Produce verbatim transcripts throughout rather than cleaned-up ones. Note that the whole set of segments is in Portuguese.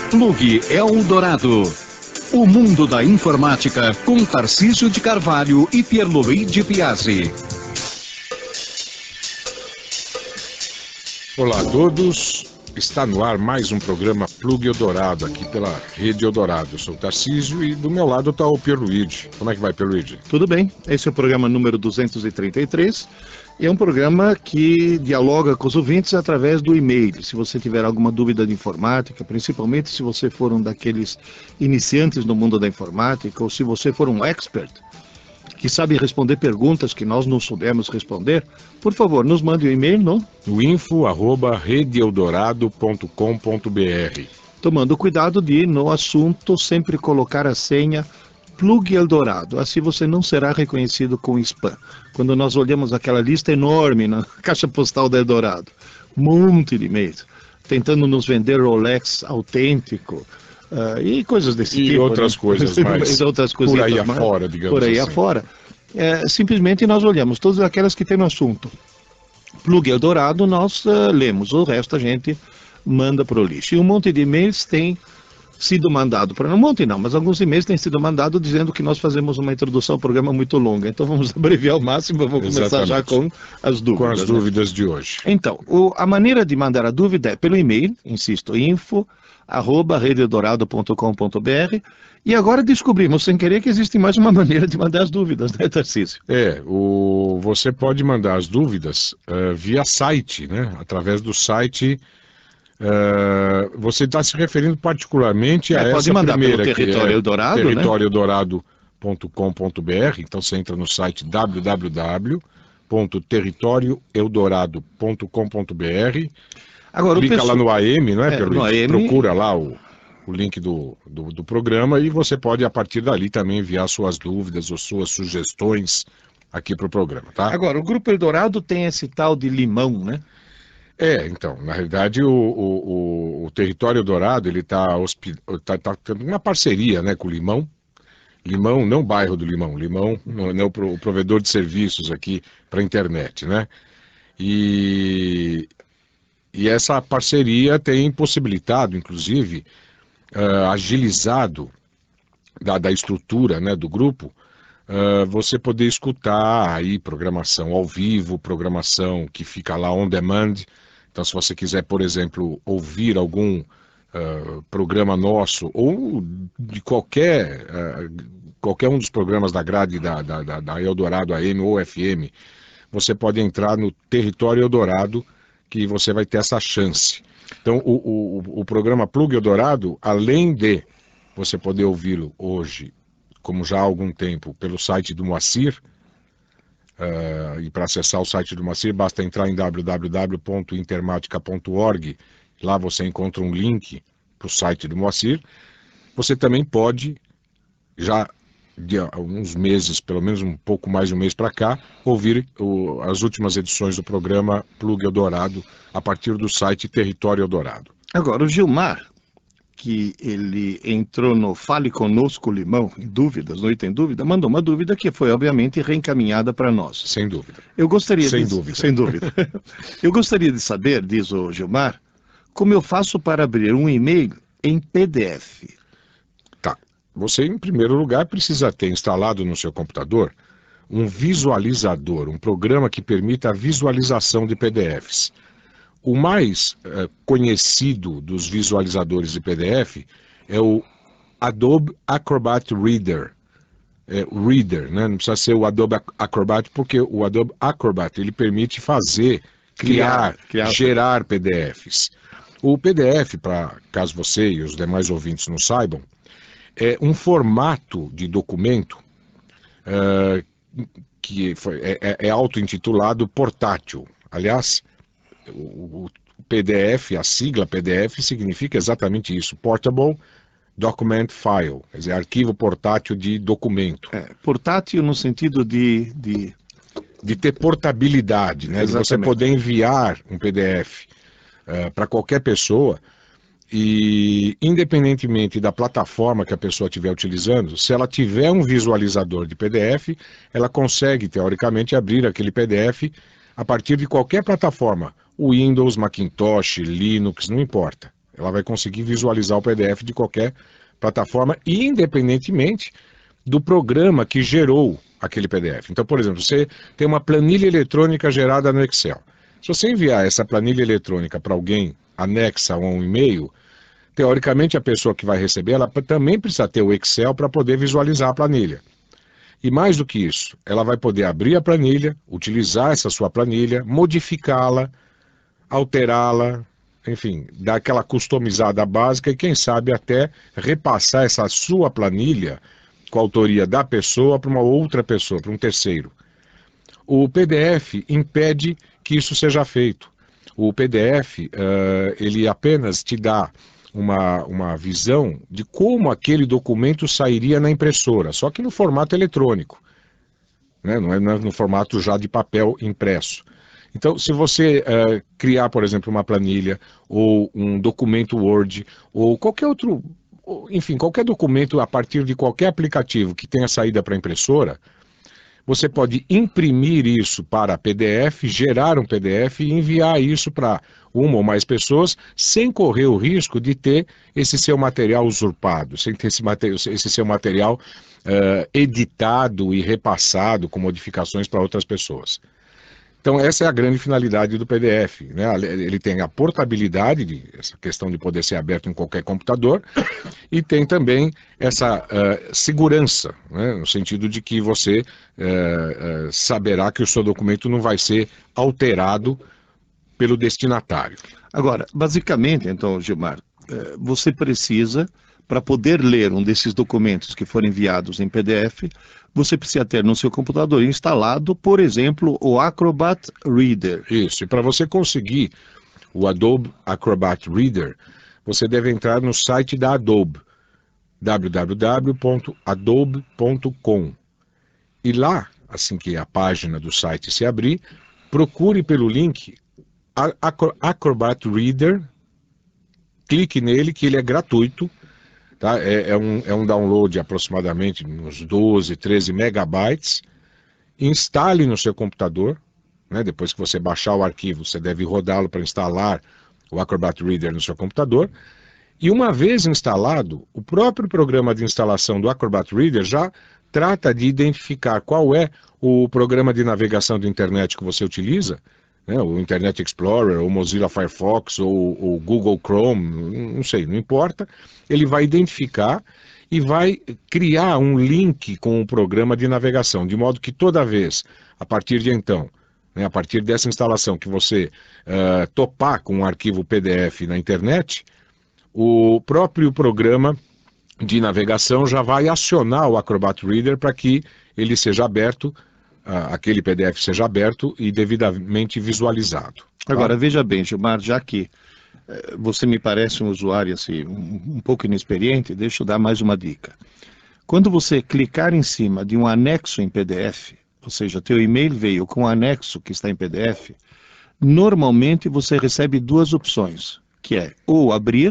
Plug Eldorado. O mundo da informática com Tarcísio de Carvalho e Pierluigi Piazzi. Olá a todos, está no ar mais um programa Plug Eldorado aqui pela Rede Eldorado. Eu sou o Tarcísio e do meu lado está o Pierluigi. Como é que vai, Pierluigi? Tudo bem, esse é o programa número duzentos e trinta e três e é um programa que dialoga com os ouvintes através do e-mail. Se você tiver alguma dúvida de informática, principalmente se você for um daqueles iniciantes no mundo da informática ou se você for um expert que sabe responder perguntas que nós não soubemos responder, por favor, nos mande um e-mail, não? No info arroba rede eldorado ponto com ponto br. Tomando cuidado de, no assunto, sempre colocar a senha Plug Eldorado, assim você não será reconhecido com spam. Quando nós olhamos aquela lista enorme na caixa postal da Eldorado, um monte de e-mails, tentando nos vender Rolex autêntico, uh, e coisas desse e tipo. E outras né? coisas mais, outras por aí mais, afora, digamos Por aí assim. afora. É, simplesmente nós olhamos todas aquelas que tem no assunto Plug Eldorado, nós uh, lemos, o resto a gente manda para o lixo. E um monte de e-mails tem sido mandado para... Um monte não, mas alguns e-mails têm sido mandados dizendo que nós fazemos uma introdução ao programa muito longa. Então vamos abreviar ao máximo, vamos começar já com as dúvidas. Com as né? dúvidas de hoje. Então, o, a maneira de mandar a dúvida é pelo e-mail, insisto, info arroba rede eldorado ponto com ponto br. E agora descobrimos, sem querer, que existe mais uma maneira de mandar as dúvidas, né, Tarcísio? É, o, você pode mandar as dúvidas uh, via site, né? Através do site... Uh, você está se referindo particularmente a é, essa pode mandar primeira, pelo Território que é Eldorado, território eldorado ponto com ponto br. Então você entra no site w w w ponto território eldorado ponto com ponto br. Agora, clica pessoal... lá no A M, não é, é no A M... procura lá o, o link do, do, do programa e você pode a partir dali também enviar suas dúvidas ou suas sugestões aqui para o programa, tá? Agora, o Grupo Eldorado tem esse tal de limão, né? É, então, na realidade o, o, o Território Eldorado, ele está tá, tá tendo uma parceria, né, com o Limão. Limão, não o bairro do Limão, Limão não é o, pro, o provedor de serviços aqui para a internet, né? E, e essa parceria tem possibilitado, inclusive, uh, agilizado da, da estrutura, né, do grupo, uh, você poder escutar aí programação ao vivo, programação que fica lá on demand. Então, se você quiser, por exemplo, ouvir algum uh, programa nosso ou de qualquer, uh, qualquer um dos programas da grade da, da, da, da Eldorado A M ou F M, você pode entrar no Território Eldorado, que você vai ter essa chance. Então, o, o, o programa Plug Eldorado, além de você poder ouvi-lo hoje, como já há algum tempo, pelo site do Moacir, Uh, e para acessar o site do Moacir, basta entrar em w w w ponto intermatica ponto org. Lá você encontra um link para o site do Moacir. Você também pode, já de alguns meses, pelo menos um pouco mais de um mês para cá, ouvir o, as últimas edições do programa Plug Eldorado a partir do site Território Eldorado. Agora, o Gilmar, que ele entrou no Fale Conosco Limão, em dúvidas, não tem dúvida, mandou uma dúvida que foi obviamente reencaminhada para nós. Sem dúvida. Eu gostaria sem de... dúvida. Sem dúvida. Eu gostaria de saber, diz o Gilmar, como eu faço para abrir um e-mail em P D F? Tá. Você, em primeiro lugar, precisa ter instalado no seu computador um visualizador, um programa que permita a visualização de P D Fs. O mais uh, conhecido dos visualizadores de P D F é o Adobe Acrobat Reader. É, Reader, né? Não precisa ser o Adobe Acrobat, porque o Adobe Acrobat ele permite fazer, criar, criar, criar. gerar P D Fs. O P D F, para caso você e os demais ouvintes não saibam, é um formato de documento uh, que foi, é, é auto-intitulado portátil. Aliás, o P D F, a sigla P D F significa exatamente isso, Portable Document File, quer dizer, arquivo portátil de documento. É, portátil no sentido de... De, de ter portabilidade, né? De você poder enviar um P D F uh, para qualquer pessoa e, independentemente da plataforma que a pessoa estiver utilizando, se ela tiver um visualizador de P D F, ela consegue, teoricamente, abrir aquele P D F a partir de qualquer plataforma, Windows, Macintosh, Linux, não importa. Ela vai conseguir visualizar o P D F de qualquer plataforma, independentemente do programa que gerou aquele P D F. Então, por exemplo, você tem uma planilha eletrônica gerada no Excel. Se você enviar essa planilha eletrônica para alguém anexa a um e-mail, teoricamente a pessoa que vai receber, ela também precisa ter o Excel para poder visualizar a planilha. E mais do que isso, ela vai poder abrir a planilha, utilizar essa sua planilha, modificá-la, alterá-la, enfim, dar aquela customizada básica e quem sabe até repassar essa sua planilha com a autoria da pessoa para uma outra pessoa, para um terceiro. O P D F impede que isso seja feito. O P D F, uh, ele apenas te dá uma, uma visão de como aquele documento sairia na impressora, só que no formato eletrônico, né? Não é no formato já de papel impresso. Então, se você uh, criar, por exemplo, uma planilha, ou um documento Word, ou qualquer outro, enfim, qualquer documento a partir de qualquer aplicativo que tenha saída para impressora, você pode imprimir isso para P D F, gerar um P D F e enviar isso para uma ou mais pessoas, sem correr o risco de ter esse seu material usurpado, sem ter esse, esse seu material uh, editado e repassado com modificações para outras pessoas. Então essa é a grande finalidade do P D F, né? Ele tem a portabilidade, de, essa questão de poder ser aberto em qualquer computador, e tem também essa uh, segurança, né? No sentido de que você uh, uh, saberá que o seu documento não vai ser alterado pelo destinatário. Agora, basicamente, então, Gilmar, você precisa, para poder ler um desses documentos que foram enviados em P D F, você precisa ter no seu computador instalado, por exemplo, o Acrobat Reader. Isso, e para você conseguir o Adobe Acrobat Reader, você deve entrar no site da Adobe, w w w ponto adobe ponto com. E lá, assim que a página do site se abrir, procure pelo link Acrobat Reader, clique nele que ele é gratuito. Tá? É, é, um, é um download aproximadamente uns doze, treze megabytes. Instale no seu computador, né? Depois que você baixar o arquivo, você deve rodá-lo para instalar o Acrobat Reader no seu computador. E uma vez instalado, o próprio programa de instalação do Acrobat Reader já trata de identificar qual é o programa de navegação de internet que você utiliza, né? O Internet Explorer, o Mozilla Firefox, ou o Google Chrome, não sei, não importa. Ele vai identificar e vai criar um link com o programa de navegação, de modo que toda vez, a partir de então, né, a partir dessa instalação que você uh, topar com um arquivo P D F na internet, o próprio programa de navegação já vai acionar o Acrobat Reader para que ele seja aberto, uh, aquele P D F seja aberto e devidamente visualizado. Tá? Agora, veja bem, Gilmar, já que você me parece um usuário assim, um, um pouco inexperiente, deixa eu dar mais uma dica. Quando você clicar em cima de um anexo em P D F, ou seja, teu e-mail veio com um anexo que está em P D F, normalmente você recebe duas opções, que é ou abrir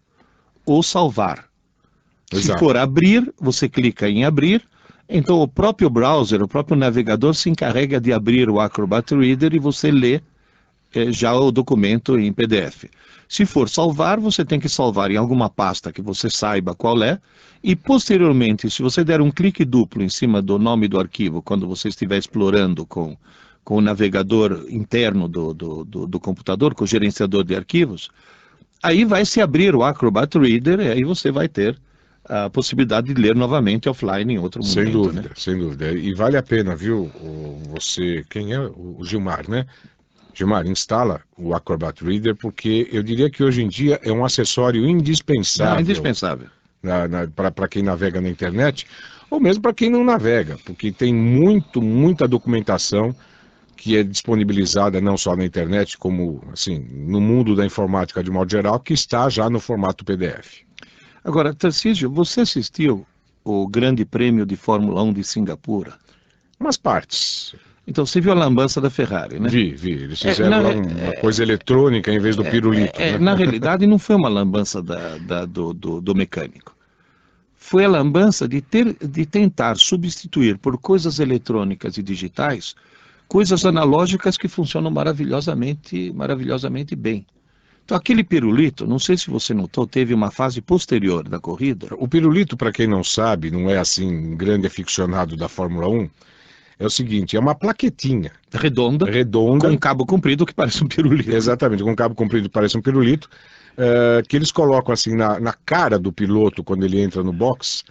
ou salvar. Exato. Se for abrir, você clica em abrir, então o próprio browser, o próprio navegador se encarrega de abrir o Acrobat Reader e você lê eh, já o documento em P D F. Se for salvar, você tem que salvar em alguma pasta que você saiba qual é, e posteriormente, se você der um clique duplo em cima do nome do arquivo, quando você estiver explorando com, com o navegador interno do, do, do, do computador, com o gerenciador de arquivos, aí vai se abrir o Acrobat Reader e aí você vai ter a possibilidade de ler novamente offline em outro momento. Sem dúvida, né? sem dúvida. E vale a pena, viu, você, quem é o Gilmar, né? Gilmar, instala o Acrobat Reader, porque eu diria que hoje em dia é um acessório indispensável. Não, indispensável. Para quem navega na internet, ou mesmo para quem não navega, porque tem muito, muita documentação que é disponibilizada não só na internet, como assim, no mundo da informática de modo geral, que está já no formato P D F. Agora, Tarcísio, você assistiu o Grande Prêmio de Fórmula um de Singapura? Umas partes. Então, você viu a lambança da Ferrari, né? Vi, vi. Eles fizeram é, lá na, uma é, coisa eletrônica em vez do pirulito. É, né? Na realidade, não foi uma lambança da, da, do, do, do mecânico. Foi a lambança de, ter, de tentar substituir por coisas eletrônicas e digitais coisas analógicas que funcionam maravilhosamente, maravilhosamente bem. Então aquele pirulito, não sei se você notou, teve uma fase posterior da corrida. O pirulito, para quem não sabe, não é assim um grande aficionado da Fórmula um, é o seguinte, é uma plaquetinha. Redonda, redonda com um cabo comprido que parece um pirulito. Exatamente, com um cabo comprido que parece um pirulito, uh, que eles colocam assim na, na cara do piloto quando ele entra no box,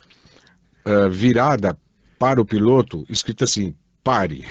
uh, virada para o piloto, escrito assim, pare.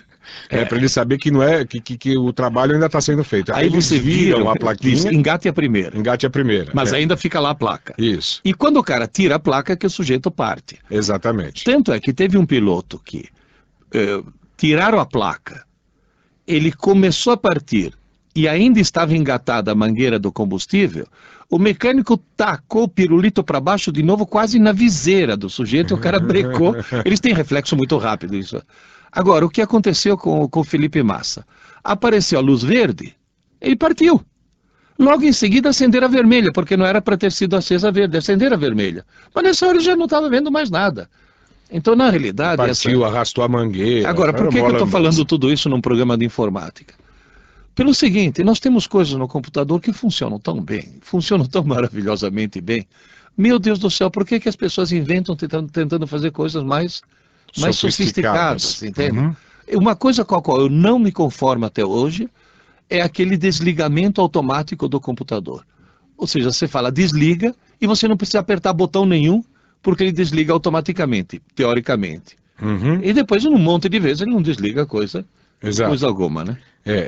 É, é para ele saber que não é que, que, que o trabalho ainda está sendo feito. Aí, Aí você viram a plaquinha, diz, engate a primeira. Engate a primeira. Mas é. ainda fica lá a placa. Isso. E quando o cara tira a placa, é que o sujeito parte. Exatamente. Tanto é que teve um piloto que uh, tiraram a placa, ele começou a partir e ainda estava engatada a mangueira do combustível, o mecânico tacou o pirulito para baixo de novo, quase na viseira do sujeito, e o cara brecou. Eles têm reflexo muito rápido isso. Agora, o que aconteceu com o Felipe Massa? Apareceu a luz verde, ele partiu. Logo em seguida acenderam a vermelha, porque não era para ter sido acesa a verde, acenderam a vermelha. Mas nessa hora ele já não estava vendo mais nada. Então, na realidade... Partiu, essa... arrastou a mangueira... Agora, por que, que eu estou falando tudo isso num programa de informática? Pelo seguinte, nós temos coisas no computador que funcionam tão bem, funcionam tão maravilhosamente bem. Meu Deus do céu, por que, que as pessoas inventam tentando, tentando fazer coisas mais... mais sofisticadas, sofisticadas, entende? Uhum. Uma coisa com a qual eu não me conformo até hoje é aquele desligamento automático do computador. Ou seja, você fala desliga e você não precisa apertar botão nenhum porque ele desliga automaticamente, teoricamente. Uhum. E depois, um monte de vezes, ele não desliga coisa, coisa alguma, né?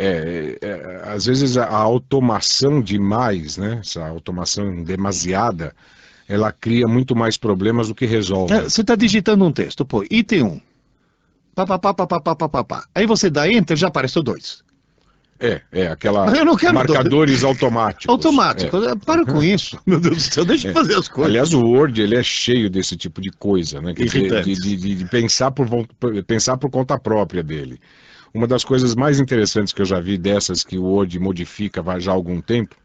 É, é, é, às vezes a automação demais, né? Essa automação demasiada, ela cria muito mais problemas do que resolve. É, você está digitando um texto, pô, item um. Pá, pá, pá, pá, pá, pá, pá, pá. Aí você dá enter, já aparece o dois. É, é, aquela eu não quero marcadores do... automáticos. Automáticos, é. Para com isso, meu Deus do céu, deixa eu é. fazer as coisas. Aliás, o Word, ele é cheio desse tipo de coisa, né? Quer dizer, de, de, de pensar, por, pensar por conta própria dele. Uma das coisas mais interessantes que eu já vi dessas que o Word modifica já há algum tempo,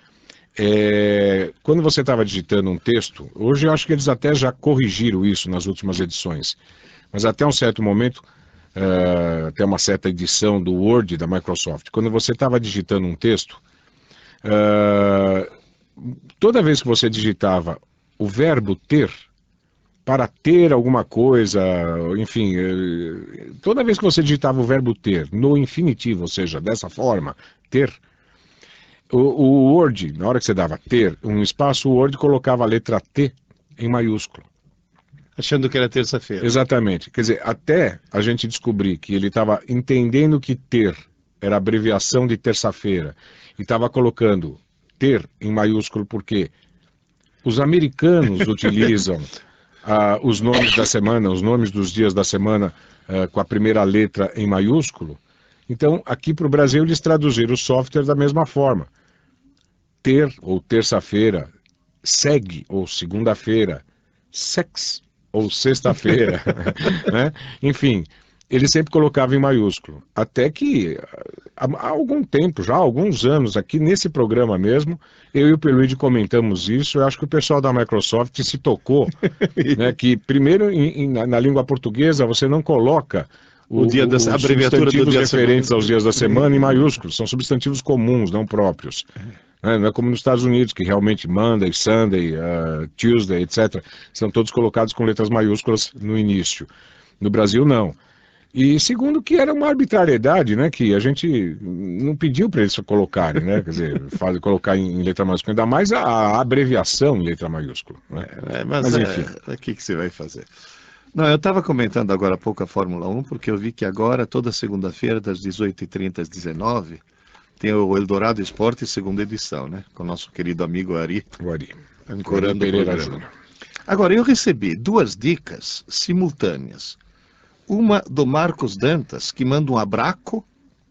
é, quando você estava digitando um texto, hoje eu acho que eles até já corrigiram isso nas últimas edições, mas até um certo momento, uh, até uma certa edição do Word da Microsoft, quando você estava digitando um texto, uh, toda vez que você digitava o verbo ter, para ter alguma coisa, enfim, toda vez que você digitava o verbo ter no infinitivo, ou seja, dessa forma, ter, o, o Word, na hora que você dava ter um espaço, o Word colocava a letra T em maiúsculo. Achando que era terça-feira. Exatamente. Quer dizer, até a gente descobrir que ele estava entendendo que ter era abreviação de terça-feira e estava colocando ter em maiúsculo porque os americanos utilizam uh, os nomes da semana, os nomes dos dias da semana uh, com a primeira letra em maiúsculo. Então, aqui para o Brasil, eles traduziram o software da mesma forma. Ter, ou terça-feira, segue, ou segunda-feira, sex, ou sexta-feira, né? Enfim, ele sempre colocava em maiúsculo. Até que, há, há algum tempo, já há alguns anos, aqui nesse programa mesmo, eu e o Peluide comentamos isso, eu acho que o pessoal da Microsoft se tocou, né, que primeiro, em, em, na, na língua portuguesa, você não coloca o, o dia da, os a abreviatura substantivos do dia referentes aos dias da semana em maiúsculos, são substantivos comuns, não próprios. Não é como nos Estados Unidos, que realmente Monday, Sunday, uh, Tuesday, etcétera, são todos colocados com letras maiúsculas no início. No Brasil, não. E segundo que era uma arbitrariedade, né, que a gente não pediu para eles colocarem, né, quer dizer, fazer, colocar em, em letra maiúscula, ainda mais a, a abreviação em letra maiúscula. Né? É, mas, mas enfim. O é, que, que você vai fazer? Não, eu estava comentando agora há pouco a Fórmula um, porque eu vi que agora, toda segunda-feira, das dezoito e trinta às dezenove, tem o Eldorado Esporte, segunda edição, né? Com o nosso querido amigo Ari. O Ari. Ancorando Pereira Júnior. Agora, eu recebi duas dicas simultâneas. Uma do Marcos Dantas, que manda um abraço,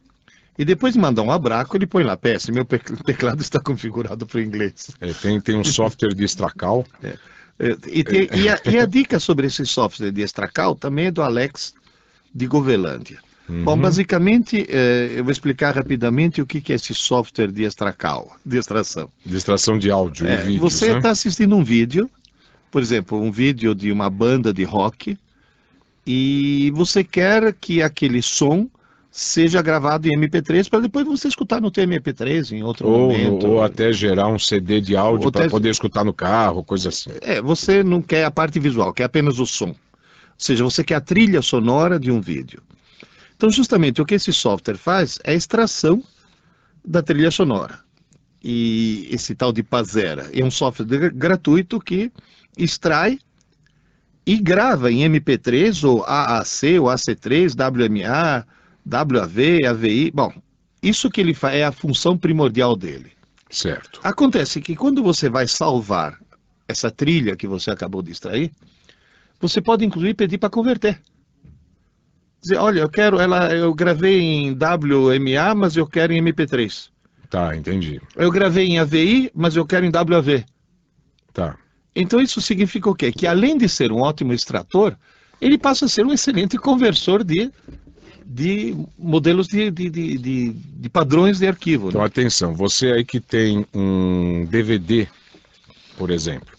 e depois de mandar um abraço, ele põe lá, P S, meu teclado está configurado para o inglês. É, tem, tem um software de extracal. É. E, tem, e, a, e a dica sobre esse software de extracal também é do Alex de Govelândia. Uhum. Bom, basicamente, eh, eu vou explicar rapidamente o que, que é esse software de extracal, de extração. De extração de áudio é, e vídeos, você está né? assistindo um vídeo, por exemplo, um vídeo de uma banda de rock, e você quer que aquele som seja gravado em M P três para depois você escutar no teu M P três em outro Ou, momento. ou até gerar um C D de áudio para até- poder escutar no carro, coisa assim. É, você não quer a parte visual, quer apenas o som. Ou seja, você quer a trilha sonora de um vídeo. Então, justamente, o que esse software faz é a extração da trilha sonora. E esse tal de Pazera é um software gra- gratuito que extrai e grava em M P três, ou A A C, ou A C três, W M A, W A V, A V I. Bom, isso que ele faz é a função primordial dele. Certo. Acontece que quando você vai salvar essa trilha que você acabou de extrair, você pode inclusive pedir para converter. Dizer, olha, eu quero, ela, eu gravei em W M A, mas eu quero em M P três. Tá, entendi. Eu gravei em A V I, mas eu quero em W A V. Tá. Então isso significa o quê? Que além de ser um ótimo extrator, ele passa a ser um excelente conversor de, de modelos de, de, de, de, de padrões de arquivo. Então, Né? atenção, você aí que tem um D V D, por exemplo,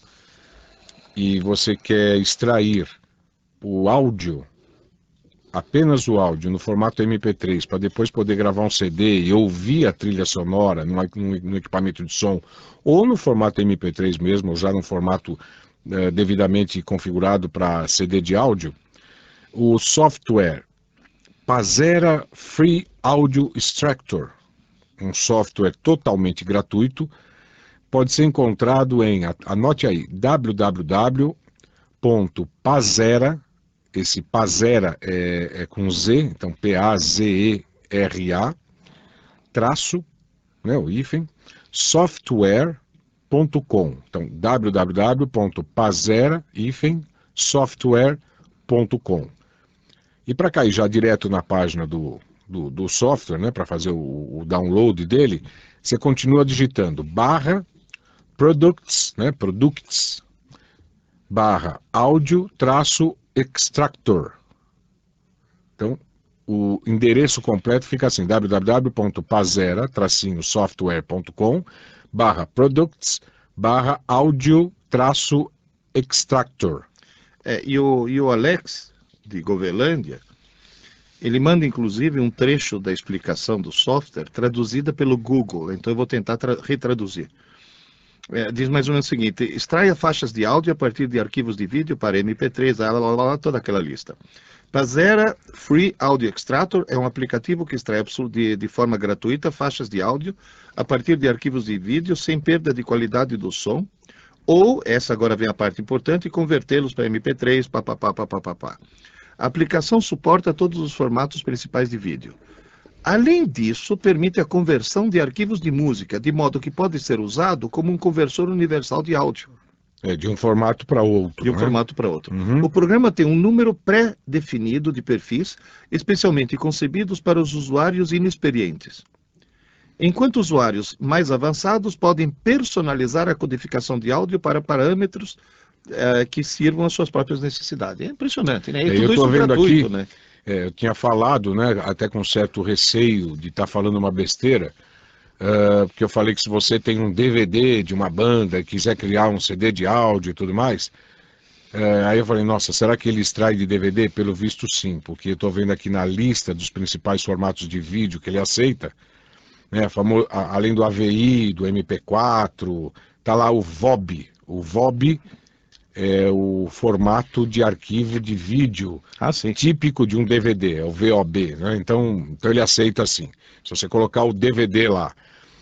e você quer extrair o áudio, apenas o áudio, no formato M P três, para depois poder gravar um C D e ouvir a trilha sonora no, no equipamento de som, ou no formato M P três mesmo, ou já no formato eh, devidamente configurado para C D de áudio, o software Pazera Free Audio Extractor, um software totalmente gratuito, pode ser encontrado em, anote aí, w w w ponto pazera, esse Pazera é, é com Z, então P A Z E R A, traço, né, o hífen, software ponto com. Então, w w w ponto pazera, hífen, software ponto com. E para cair já direto na página do, do, do software, né, para fazer o, o download dele, você continua digitando barra products, né, products, barra áudio, traço, extractor. Então, o endereço completo fica assim, w w w ponto pazera tracinho software ponto com barra products, barra áudio, traço, extractor. É, e, o, e o Alex, de Govelândia, ele manda inclusive um trecho da explicação do software traduzida pelo Google, então eu vou tentar retraduzir. É, diz mais ou menos o seguinte: extraia faixas de áudio a partir de arquivos de vídeo para M P três, lá, lá, lá, toda aquela lista. Pazera Free Audio Extractor é um aplicativo que extrai de, de forma gratuita faixas de áudio a partir de arquivos de vídeo sem perda de qualidade do som, ou, essa agora vem a parte importante, convertê-los para M P três, papapá, papapá. A aplicação suporta todos os formatos principais de vídeo. Além disso, permite a conversão de arquivos de música, de modo que pode ser usado como um conversor universal de áudio. É, de um formato para outro. De um né? formato para outro. Uhum. O programa tem um número pré-definido de perfis, especialmente concebidos para os usuários inexperientes. Enquanto usuários mais avançados podem personalizar a codificação de áudio para parâmetros eh, que sirvam às suas próprias necessidades. É impressionante, né? E É, tudo eu tô isso vendo gratuito, aqui, né? É, eu tinha falado, né, até com certo receio de estar tá falando uma besteira, uh, porque eu falei que se você tem um D V D de uma banda e quiser criar um C D de áudio e tudo mais, uh, aí eu falei, nossa, será que ele extrai de D V D? Pelo visto sim, porque eu estou vendo aqui na lista dos principais formatos de vídeo que ele aceita, né, famo- a- além do A V I, do M P quatro, tá lá o V O B. O V O B é o formato de arquivo de vídeo Ah, sim. típico de um D V D, é o V O B, né? Então, então ele aceita assim. Se você colocar o D V D lá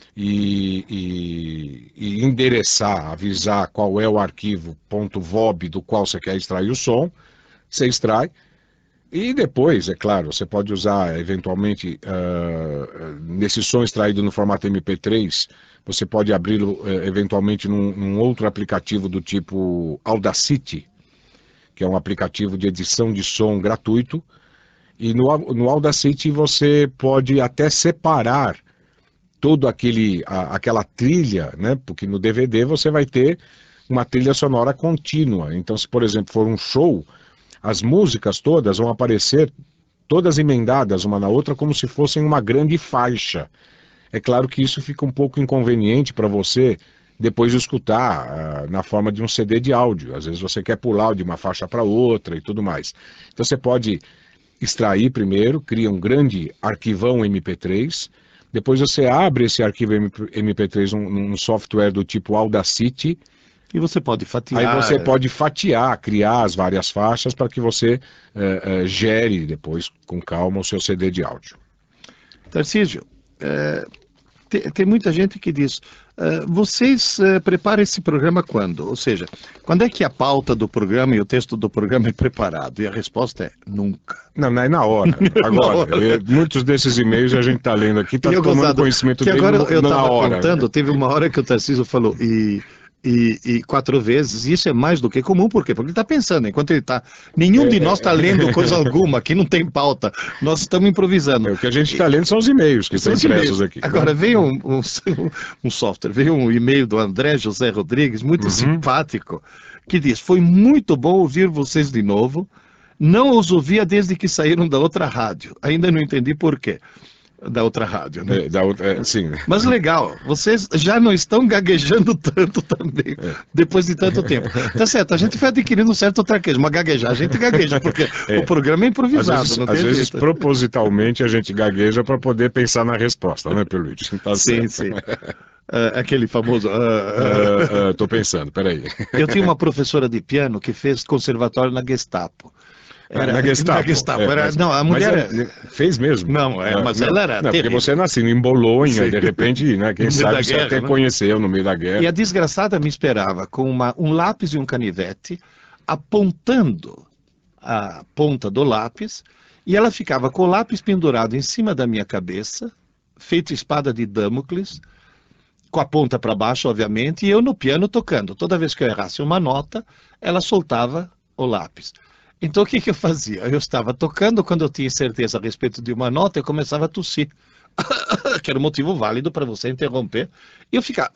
e, e, e endereçar, avisar qual é o arquivo .vob do qual você quer extrair o som, você extrai. E depois, é claro, você pode usar eventualmente uh, nesse som extraído no formato M P três, você pode abri-lo uh, eventualmente num, num outro aplicativo do tipo Audacity, que é um aplicativo de edição de som gratuito, e no, no Audacity você pode até separar todo aquele, a, aquela trilha, né? Porque no D V D você vai ter uma trilha sonora contínua. Então, se por exemplo for um show, as músicas todas vão aparecer todas emendadas uma na outra como se fossem uma grande faixa. É claro que isso fica um pouco inconveniente para você depois de escutar uh, na forma de um C D de áudio. Às vezes você quer pular de uma faixa para outra e tudo mais. Então você pode extrair primeiro, cria um grande arquivão M P três, depois você abre esse arquivo M P três num, num software do tipo Audacity, e você pode fatiar. Aí você pode fatiar, criar as várias faixas para que você uh, uh, gere depois com calma o seu C D de áudio. Tarcísio, é, tem, tem muita gente que diz, uh, vocês uh, preparam esse programa quando? Ou seja, quando é que a pauta do programa e o texto do programa é preparado? E a resposta é nunca. Não, não é na hora. Agora, na hora. É, muitos desses e-mails a gente está lendo aqui, está tomando gostado, conhecimento dele agora no, eu na tava hora. Contando, teve uma hora que o Tarcísio falou, e... E, e quatro vezes, isso é mais do que comum, por quê? Porque ele está pensando, enquanto ele está... Nenhum é, de nós está lendo coisa alguma, aqui não tem pauta, nós estamos improvisando. É, o que a gente está lendo são os e-mails que estão impressos aqui. Agora, veio um, um, um software, veio um e-mail do André José Rodrigues, muito uhum. simpático, que diz, foi muito bom ouvir vocês de novo, não os ouvia desde que saíram da outra rádio, ainda não entendi por quê. Da outra rádio, né? É, da outra, é, sim. Mas legal, vocês já não estão gaguejando tanto também, é. depois de tanto tempo. Tá certo, a gente vai adquirindo um certo traquejo, mas gaguejar, a gente gagueja, porque é. o programa é improvisado. Às vezes, não tem às vezes jeito. propositalmente, a gente gagueja para poder pensar na resposta, né, Pierluigi? Tá sim, certo. sim. Uh, aquele famoso... Uh, uh, uh, tô pensando, peraí. Eu tinha uma professora de piano que fez conservatório na Gestapo. Era, na Gestapo. Na Gestapo. É, era, mas, não, a mulher... Mas fez mesmo? Não, é, mas não, ela era não, terrível. Porque você nasceu em Bolonha, Sim. de repente, né, quem sabe você guerra, até né? conheceu no meio da guerra. E a desgraçada me esperava com uma, um lápis e um canivete, apontando a ponta do lápis, e ela ficava com o lápis pendurado em cima da minha cabeça, feito espada de Damocles, com a ponta para baixo, obviamente, e eu no piano tocando. Toda vez que eu errasse uma nota, ela soltava o lápis. Então o que, que eu fazia? Eu estava tocando, quando eu tinha certeza a respeito de uma nota, eu começava a tossir. Que era um motivo válido para você interromper. E eu ficava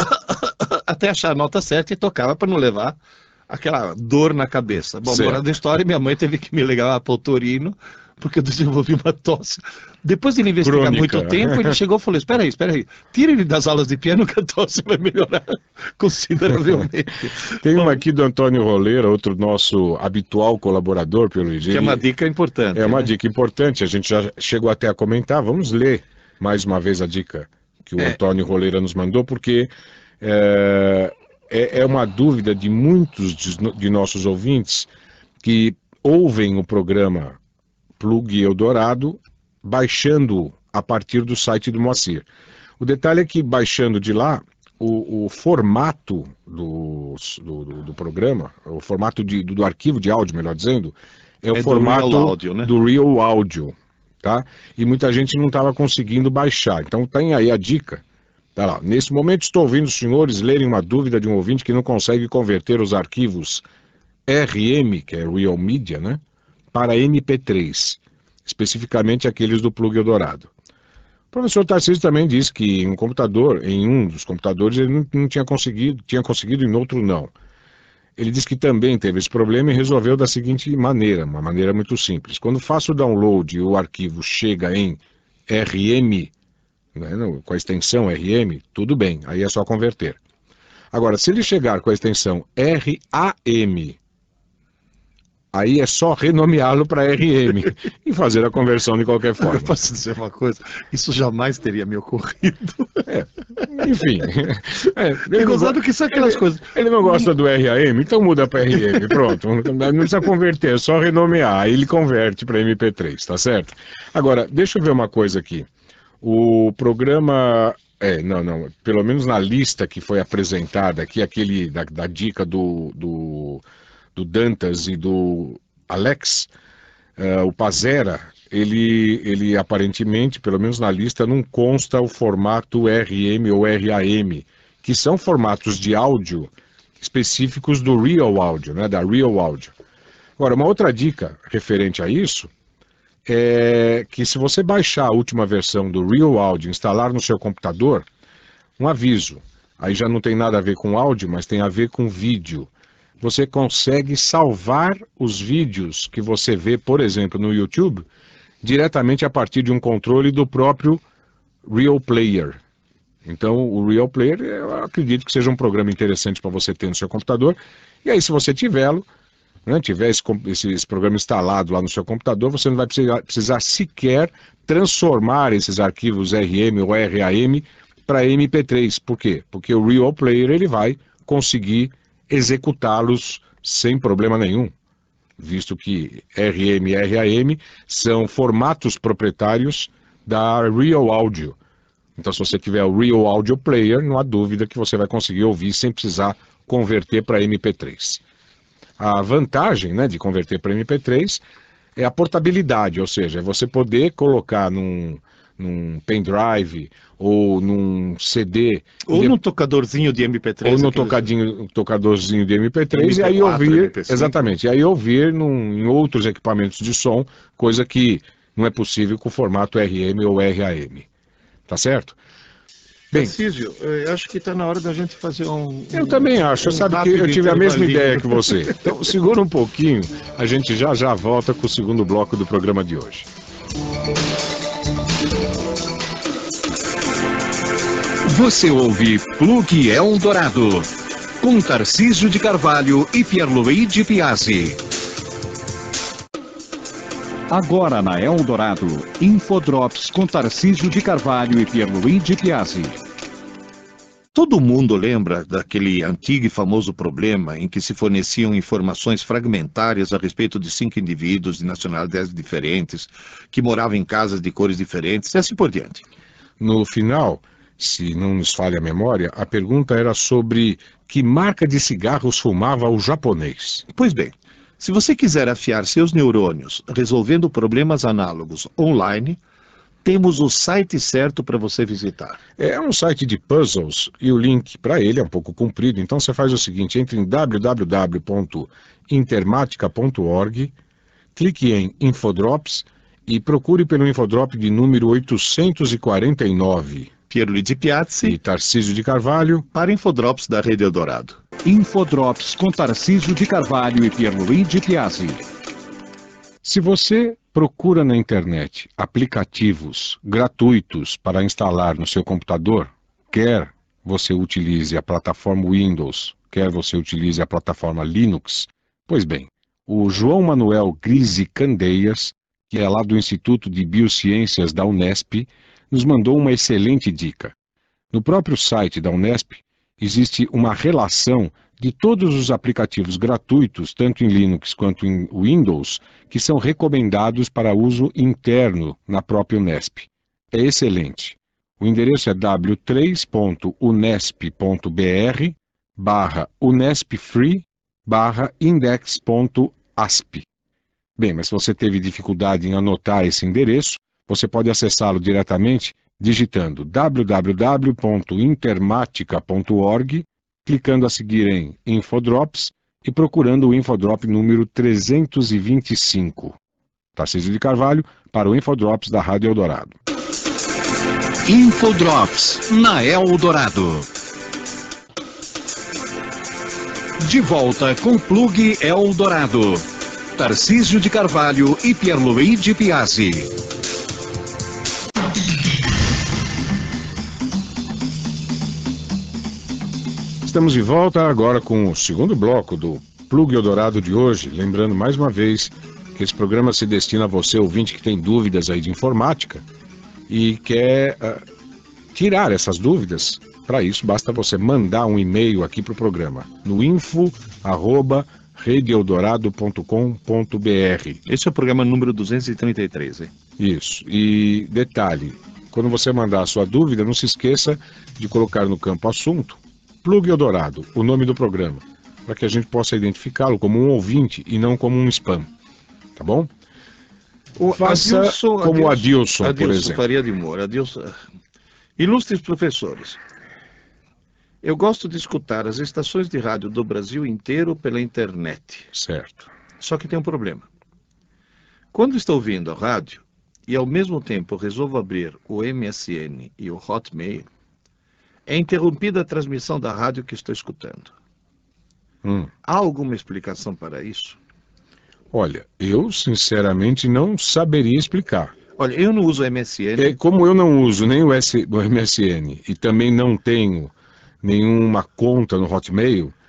até achar a nota certa e tocava para não levar aquela dor na cabeça. Bom, moral da história, minha mãe teve que me levar para o Torino, porque eu desenvolvi uma tosse. Depois de ele investigar Crônica. muito tempo, ele chegou e falou, espera aí, espera aí, tira ele das aulas de piano que a tosse vai melhorar consideravelmente. Tem uma aqui do Antônio Roleira, outro nosso habitual colaborador, Pierluigi. Que é uma dica importante. É uma né? dica importante, a gente já chegou até a comentar, vamos ler mais uma vez a dica que o é. Antônio Roleira nos mandou, porque é, é, é uma dúvida de muitos de, de nossos ouvintes que ouvem o programa Plug Eldorado, baixando a partir do site do Moacir. O detalhe é que, baixando de lá, o, o formato do, do, do programa, o formato de, do, do arquivo de áudio, melhor dizendo, é, é o formato do Real Audio, né? do Real Audio, tá? E muita gente não estava conseguindo baixar. Então tem aí a dica. Tá lá. Nesse momento estou ouvindo os senhores lerem uma dúvida de um ouvinte que não consegue converter os arquivos R M, que é Real Media, né? Para M P três, especificamente aqueles do Plug Eldorado. O professor Tarcísio também disse que em um computador, em um dos computadores, ele não, não tinha conseguido, tinha conseguido, em outro não. Ele disse que também teve esse problema e resolveu da seguinte maneira, uma maneira muito simples. Quando faço o download e o arquivo chega em R M, né, com a extensão R M, tudo bem, aí é só converter. Agora, se ele chegar com a extensão R A M, aí é só renomeá-lo para R M e fazer a conversão de qualquer forma. Eu posso dizer uma coisa? Isso jamais teria me ocorrido. É, enfim. É, ele gostado que são aquelas ele, coisas. Ele não gosta do R A M, então muda para R M, pronto. Não precisa converter, é só renomear. Aí ele converte para M P três, tá certo? Agora, deixa eu ver uma coisa aqui. O programa... É, não, não, pelo menos na lista que foi apresentada aqui, aquele da, da dica do... do do Dantas e do Alex, uh, o Pazera, ele, ele aparentemente, pelo menos na lista, não consta o formato R M ou R A M, que são formatos de áudio específicos do Real Audio, né, da Real Audio. Agora, uma outra dica referente a isso é que se você baixar a última versão do Real Audio e instalar no seu computador, um aviso, aí já não tem nada a ver com áudio, mas tem a ver com vídeo. Você consegue salvar os vídeos que você vê, por exemplo, no YouTube, diretamente a partir de um controle do próprio Real Player. Então, o Real Player, eu acredito que seja um programa interessante para você ter no seu computador. E aí, se você tivê-lo, né, tiver esse, esse, esse programa instalado lá no seu computador, você não vai precisar, precisar sequer transformar esses arquivos R M ou R A M para M P três. Por quê? Porque o Real Player ele vai conseguir executá-los sem problema nenhum, visto que R M e R A M são formatos proprietários da Real Audio. Então, se você tiver o Real Audio Player, não há dúvida que você vai conseguir ouvir sem precisar converter para M P três. A vantagem, né, de converter para M P três é a portabilidade, ou seja, é você poder colocar num, num pendrive ou num C D... Ou de... num tocadorzinho de M P três. Ou no tocadinho, tocadorzinho de M P três, M P quatro, e aí ouvir... M P cinco. Exatamente, e aí ouvir num, em outros equipamentos de som, coisa que não é possível com o formato R M ou R A M. Tá certo? Bem, Tarcísio, eu acho que está na hora da gente fazer um... eu também acho, um sabe que eu rápido tive a mesma intervalinho. ideia que você. Então segura um pouquinho, a gente já já volta com o segundo bloco do programa de hoje. Você ouve Plug Eldorado, com Tarcísio de Carvalho e Pierluigi Piazzi. Agora na Eldorado, Infodrops com Tarcísio de Carvalho e Pierluigi Piazzi. Todo mundo lembra daquele antigo e famoso problema em que se forneciam informações fragmentárias a respeito de cinco indivíduos de nacionalidades diferentes, que moravam em casas de cores diferentes e assim por diante. No final, se não nos falha a memória, a pergunta era sobre que marca de cigarros fumava o japonês. Pois bem, se você quiser afiar seus neurônios resolvendo problemas análogos online, temos o site certo para você visitar. É um site de puzzles e o link para ele é um pouco comprido, então você faz o seguinte, entre em w w w ponto intermatica ponto org, clique em Infodrops e procure pelo Infodrop de número oitocentos e quarenta e nove. Pierluigi Piazzi E Tarcísio de Carvalho para Infodrops da Rede Eldorado. Infodrops com Tarcísio de Carvalho e Pierluigi Piazzi. Se você procura na internet aplicativos gratuitos para instalar no seu computador, quer você utilize a plataforma Windows, quer você utilize a plataforma Linux, pois bem, o João Manuel Grise Candeias, que é lá do Instituto de Biociências da Unesp, nos mandou uma excelente dica. No próprio site da Unesp, existe uma relação de todos os aplicativos gratuitos, tanto em Linux quanto em Windows, que são recomendados para uso interno na própria Unesp. É excelente. O endereço é w três ponto unesp ponto br barra unespfree barra index ponto asp. Bem, mas se você teve dificuldade em anotar esse endereço, você pode acessá-lo diretamente digitando w w w ponto intermatica ponto org, clicando a seguir em Infodrops e procurando o Infodrop número trezentos e vinte e cinco. Tarcísio de Carvalho para o Infodrops da Rádio Eldorado. Infodrops na Eldorado. De volta com Plug Eldorado. Tarcísio de Carvalho e Pierluigi Piazzi. Estamos de volta agora com o segundo bloco do Plug Eldorado de hoje. Lembrando mais uma vez que esse programa se destina a você, ouvinte, que tem dúvidas aí de informática e quer uh, tirar essas dúvidas. Para isso, basta você mandar um e-mail aqui para o programa, no info arroba rede eldorado ponto com ponto br. Esse é o programa número duzentos e trinta e três, hein? Isso. E detalhe, quando você mandar a sua dúvida, não se esqueça de colocar no campo assunto Plug Eldorado, o nome do programa, para que a gente possa identificá-lo como um ouvinte e não como um spam. Tá bom? O Faça Adilson, como o Adilson, Adilson, por exemplo. Faria de Moura. Adilson. Ilustres professores, eu gosto de escutar as estações de rádio do Brasil inteiro pela internet. Certo. Só que tem um problema. Quando estou ouvindo a rádio e ao mesmo tempo resolvo abrir o M S N e o Hotmail, é interrompida a transmissão da rádio que estou escutando. Hum. Há alguma explicação para isso? Olha, eu sinceramente não saberia explicar. Olha, eu não uso M S N. É, como eu não uso nem o, S, o M S N e também não tenho nenhuma conta no Hotmail,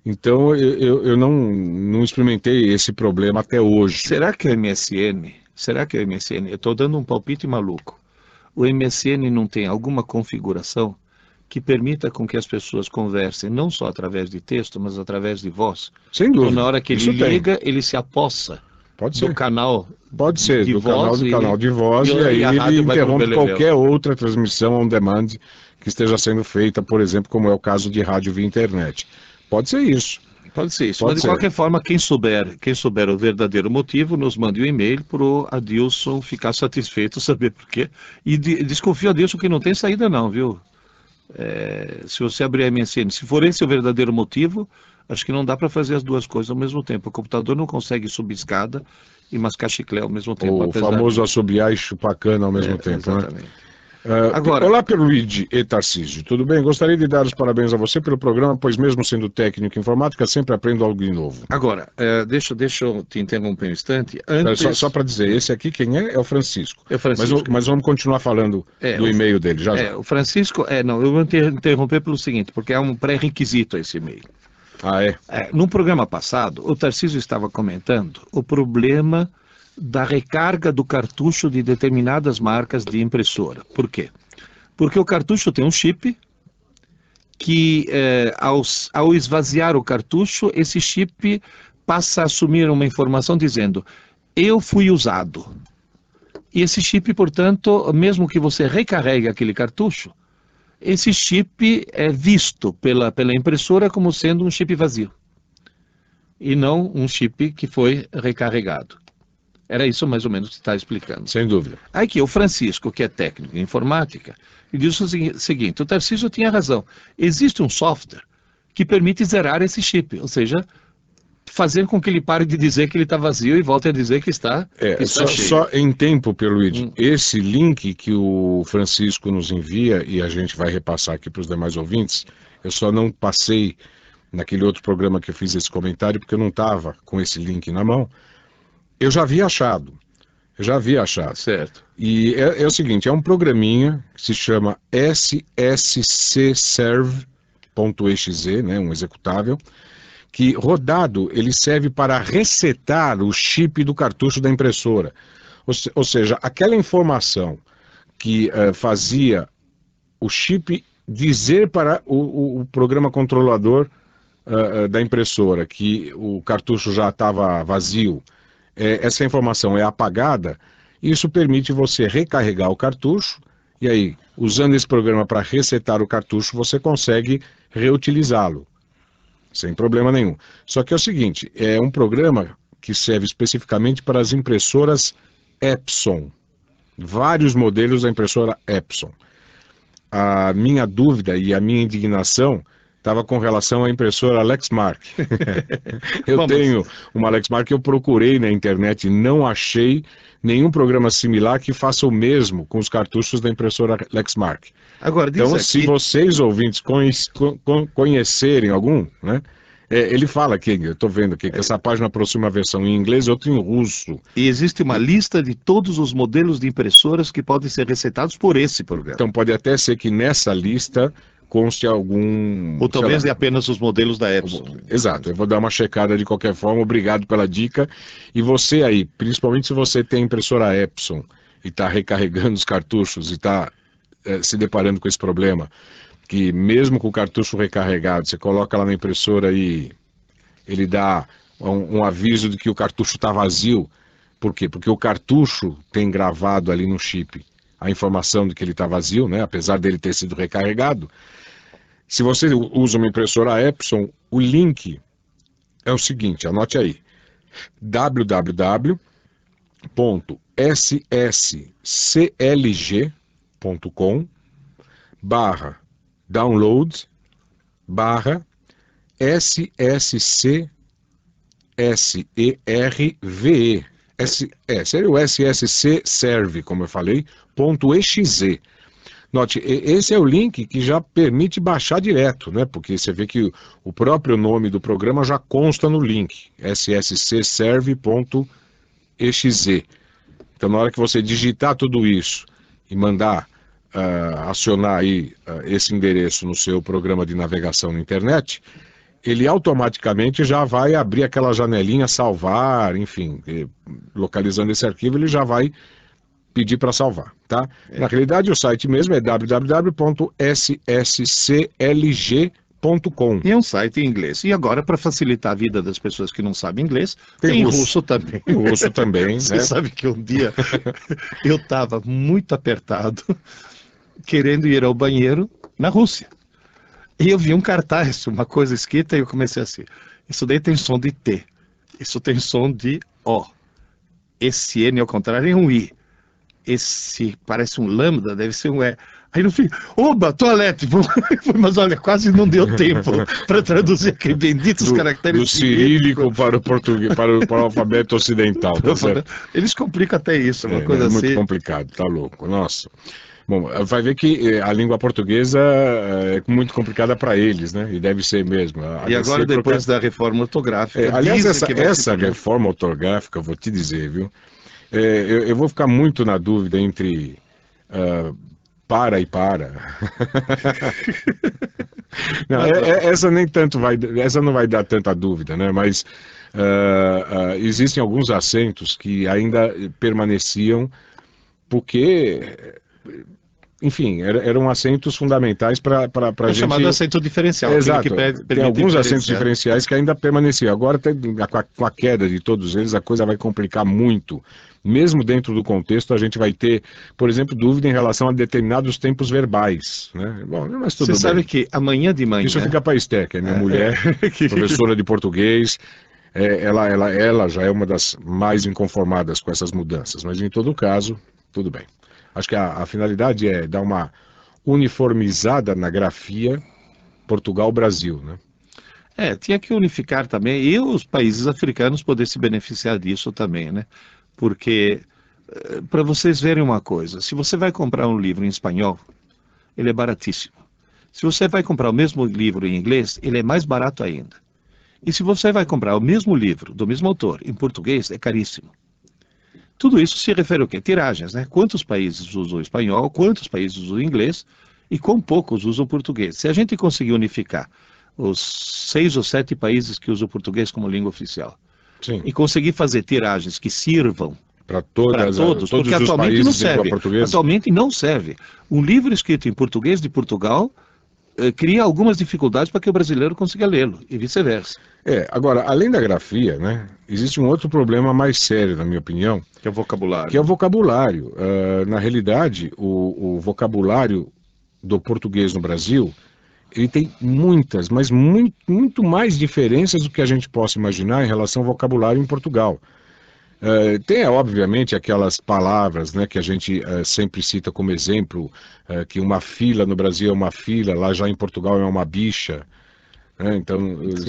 Então eu, eu, eu não, não experimentei esse problema até hoje. Será que o M S N, será que o M S N, eu estou dando um palpite maluco, o M S N não tem alguma configuração que permita com que as pessoas conversem não só através de texto, mas através de voz? Sem dúvida. Então, na hora que ele Isso liga, tem. ele se apossa Pode do ser. canal Pode ser, de do voz canal do e, canal de voz, e, e, aí e ele interrompe qualquer outra transmissão on demand que esteja sendo feita, por exemplo, como é o caso de rádio via internet. Pode ser isso. Pode ser isso, Pode mas de ser. qualquer forma, quem souber, quem souber o verdadeiro motivo, nos mande um e-mail para o Adilson ficar satisfeito, saber por quê. E de, desconfio, Adilson, que não tem saída não, viu? É, se você abrir a M S N, se for esse o verdadeiro motivo, acho que não dá para fazer as duas coisas ao mesmo tempo. O computador não consegue subir escada e mascar chiclete ao mesmo tempo. O famoso de... assobiar e chupar cana ao mesmo é, tempo, exatamente. Né? Uh, Agora... Olá, Pierluigi e Tarcísio, tudo bem? Gostaria de dar os parabéns a você pelo programa, pois mesmo sendo técnico em informática, sempre aprendo algo de novo. Agora, uh, deixa, deixa eu te interromper um instante. Antes... Só, só para dizer, esse aqui quem é? É o Francisco. É o Francisco. Mas, mas vamos continuar falando é, do e-mail dele, já, já. É, o Francisco, é, não, eu vou te interromper pelo seguinte, porque é um pré-requisito esse e-mail. Ah, é? é? No programa passado, o Tarcísio estava comentando o problema da recarga do cartucho de determinadas marcas de impressora. Por quê? Porque o cartucho tem um chip que, eh, ao, ao esvaziar o cartucho, esse chip passa a assumir uma informação dizendo: eu fui usado. E esse chip, portanto, mesmo que você recarregue aquele cartucho, esse chip é visto pela, pela impressora como sendo um chip vazio. E não um chip que foi recarregado. Era isso mais ou menos que você está explicando. Sem dúvida. Aqui, o Francisco, que é técnico em informática, ele diz o seguinte: o Tarcísio tinha razão. Existe um software que permite zerar esse chip, ou seja, fazer com que ele pare de dizer que ele está vazio e volte a dizer que está, é, que está só, cheio. Só em tempo, Pierluigi, hum. esse link que o Francisco nos envia, e a gente vai repassar aqui para os demais ouvintes, eu só não passei naquele outro programa que eu fiz esse comentário, porque eu não estava com esse link na mão. Eu já havia achado, eu já havia achado. Certo. E é, é o seguinte, é um programinha que se chama S S C serve ponto E X E, né, um executável, que rodado ele serve para resetar o chip do cartucho da impressora. Ou, se, ou seja, aquela informação que uh, fazia o chip dizer para o, o, o programa controlador uh, da impressora que o cartucho já estava vazio, é, essa informação é apagada, e isso permite você recarregar o cartucho, e aí, usando esse programa para resetar o cartucho, você consegue reutilizá-lo, sem problema nenhum. Só que é o seguinte, é um programa que serve especificamente para as impressoras Epson, vários modelos da impressora Epson. A minha dúvida e a minha indignação estava com relação à impressora Lexmark. Eu Vamos. tenho uma Lexmark que eu procurei na internet e não achei nenhum programa similar que faça o mesmo com os cartuchos da impressora Lexmark. Agora, diz então, aqui... se vocês, ouvintes, conhecerem algum, né? É, ele fala aqui, eu estou vendo aqui, que essa página possui uma versão em inglês e outra em russo. E existe uma lista de todos os modelos de impressoras que podem ser resetados por esse programa. Então pode até ser que nessa lista conste algum... Ou talvez de apenas os modelos da Epson. Exato, eu vou dar uma checada de qualquer forma, obrigado pela dica. E você aí, principalmente se você tem impressora Epson e está recarregando os cartuchos e está é, se deparando com esse problema, que mesmo com o cartucho recarregado, você coloca lá na impressora e ele dá um, um aviso de que o cartucho está vazio. Por quê? Porque o cartucho tem gravado ali no chip a informação de que ele está vazio, né? Apesar dele ter sido recarregado. Se você usa uma impressora Epson, o link é o seguinte, anote aí, w w w ponto s s c l g ponto com barra download barra S S C S E R V E. S, é, seria o S S C serve, como eu falei, ponto E X E. Note, esse é o link que já permite baixar direto, né? Porque você vê que o próprio nome do programa já consta no link, S S C serve ponto E X E. Então, na hora que você digitar tudo isso e mandar Uh, acionar aí uh, esse endereço no seu programa de navegação na internet, ele automaticamente já vai abrir aquela janelinha, salvar, enfim, localizando esse arquivo, ele já vai pedir para salvar, tá? É. Na realidade, o site mesmo é w w w ponto s s c l g ponto com. E é um site em inglês. E agora, para facilitar a vida das pessoas que não sabem inglês, tem, tem russo. russo também. Tem russo também, Você né? sabe que um dia eu estava muito apertado, querendo ir ao banheiro na Rússia. E eu vi um cartaz, uma coisa escrita, e eu comecei assim, isso daí tem som de T, isso tem som de O. Esse N, ao contrário, é um I. Esse parece um lambda, deve ser um E. Aí no fim, oba, toalete, mas olha, quase não deu tempo para traduzir aqueles benditos do, caracteres. Do cirílico para o português, para o, para o alfabeto ocidental. Tá certo? Eles complicam até isso, uma é, coisa é assim. Muito complicado, tá louco, nossa. Bom, vai ver que a língua portuguesa é muito complicada para eles, né? E deve ser mesmo. E agora, depois da reforma ortográfica... É, aliás, essa, essa reforma ortográfica, vou te dizer, viu? É, eu, eu vou ficar muito na dúvida entre... Uh, para e para. Não, é, é, essa nem tanto vai, essa não vai dar tanta dúvida, né? Mas uh, uh, existem alguns acentos que ainda permaneciam porque, enfim, er, eram acentos fundamentais para a é gente. Chamado acento diferencial. Exato. Que pede, tem alguns acentos diferenciais que ainda permaneciam. Agora, tem, com, a, com a queda de todos eles, a coisa vai complicar muito. Mesmo dentro do contexto, a gente vai ter, por exemplo, dúvida em relação a determinados tempos verbais, né? Bom, mas tudo Você bem. sabe que amanhã de manhã... Isso fica para a Esté, que é minha é. mulher, professora de português, é, ela, ela, ela já é uma das mais inconformadas com essas mudanças, mas em todo caso, tudo bem. Acho que a, a finalidade é dar uma uniformizada na grafia Portugal-Brasil, né? É, tinha que unificar também, e os países africanos poderem se beneficiar disso também, né? Porque, para vocês verem uma coisa, se você vai comprar um livro em espanhol, ele é baratíssimo. Se você vai comprar o mesmo livro em inglês, ele é mais barato ainda. E se você vai comprar o mesmo livro, do mesmo autor, em português, é caríssimo. Tudo isso se refere ao quê? Tiragens, né? Quantos países usam o espanhol, quantos países usam o inglês e quão poucos usam o português. Se a gente conseguir unificar os seis ou sete países que usam o português como língua oficial, sim, e conseguir fazer tiragens que sirvam para todos, todos porque atualmente não serve. Atualmente não serve. Um livro escrito em português de Portugal eh, cria algumas dificuldades para que o brasileiro consiga lê-lo, e vice-versa. É, agora, além da grafia, né, existe um outro problema mais sério, na minha opinião, que é o vocabulário. Que é o vocabulário. Uh, na realidade, o, o vocabulário do português no Brasil, ele tem muitas, mas muito, muito mais diferenças do que a gente possa imaginar em relação ao vocabulário em Portugal. Uh, tem, obviamente, aquelas palavras, né, que a gente uh, sempre cita como exemplo, uh, que uma fila no Brasil é uma fila, lá já em Portugal é uma bicha. Né? Então,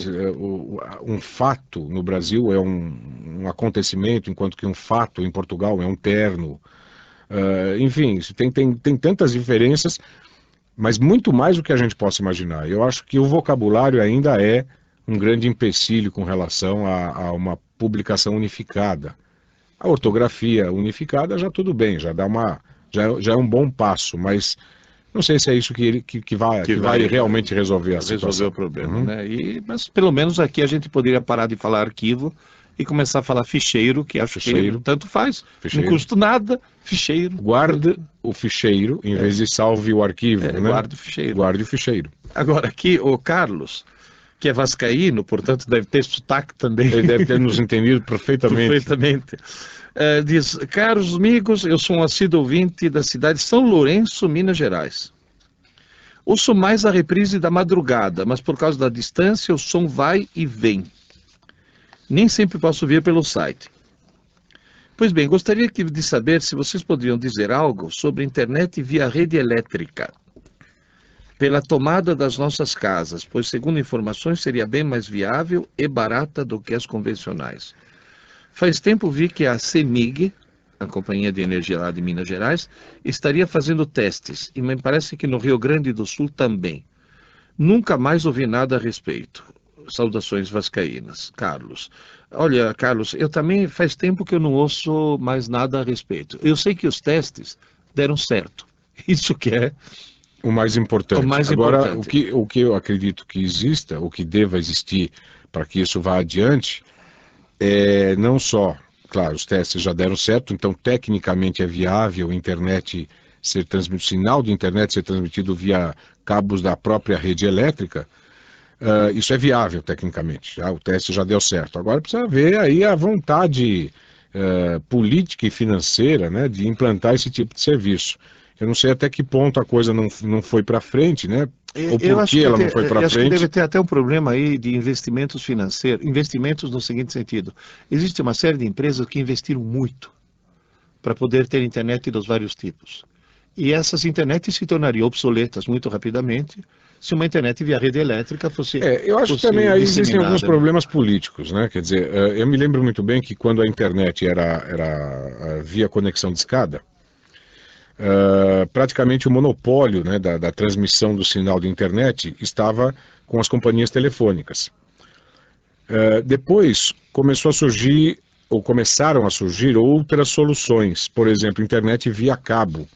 uh, um fato no Brasil é um, um acontecimento, enquanto que um fato em Portugal é um terno. Uh, enfim, tem, tem, tem tantas diferenças, mas muito mais do que a gente possa imaginar. Eu acho que o vocabulário ainda é um grande empecilho com relação a, a uma publicação unificada. A ortografia unificada já tudo bem, já dá uma, já, já é um bom passo, mas não sei se é isso que, ele, que, que, vai, que, que vai, vai realmente resolver a situação. Resolver o problema, uhum. né? E, mas pelo menos aqui a gente poderia parar de falar arquivo e começar a falar ficheiro, que acho ficheiro. que tanto faz, ficheiro. Não custa nada, ficheiro. Guarde o ficheiro, em é. vez de salve o arquivo, é, né? Guarde o ficheiro. Guarde o ficheiro. Agora aqui o Carlos, que é vascaíno, portanto deve ter sotaque também. Ele deve ter nos entendido perfeitamente. Perfeitamente. Uh, diz, caros amigos, eu sou um assíduo ouvinte da cidade de São Lourenço, Minas Gerais. Ouço mais a reprise da madrugada, mas por causa da distância o som vai e vem. Nem sempre posso ouvir pelo site. Pois bem, gostaria de saber se vocês poderiam dizer algo sobre internet via rede elétrica, pela tomada das nossas casas, pois, segundo informações, seria bem mais viável e barata do que as convencionais. Faz tempo vi que a CEMIG, a Companhia de Energia lá de Minas Gerais, estaria fazendo testes, e me parece que no Rio Grande do Sul também. Nunca mais ouvi nada a respeito. Saudações vascaínas. Carlos. Olha, Carlos, eu também faz tempo que eu não ouço mais nada a respeito. Eu sei que os testes deram certo. Isso que é o mais importante. O mais Agora, importante. O, que, o que eu acredito que exista, o que deva existir para que isso vá adiante, é não só, claro, os testes já deram certo, então tecnicamente é viável a internet ser transmitido, o sinal de internet ser transmitido via cabos da própria rede elétrica. Uh, isso é viável tecnicamente, já, o teste já deu certo. Agora precisa ver aí a vontade uh, política e financeira, né, de implantar esse tipo de serviço. Eu não sei até que ponto a coisa não, não foi para frente, né? Ou por que ela não foi para frente. Eu acho que deve ter até um problema aí de investimentos financeiros, investimentos no seguinte sentido. Existe uma série de empresas que investiram muito para poder ter internet dos vários tipos. E essas internets se tornariam obsoletas muito rapidamente se uma internet via rede elétrica fosse É, eu acho que também aí existem alguns problemas políticos, né? Quer dizer, eu me lembro muito bem que quando a internet era, era via conexão de escada, Uh, praticamente o monopólio, né, da, da transmissão do sinal de internet estava com as companhias telefônicas. Uh, depois começou a surgir, ou começaram a surgir outras soluções, por exemplo, internet via cabo.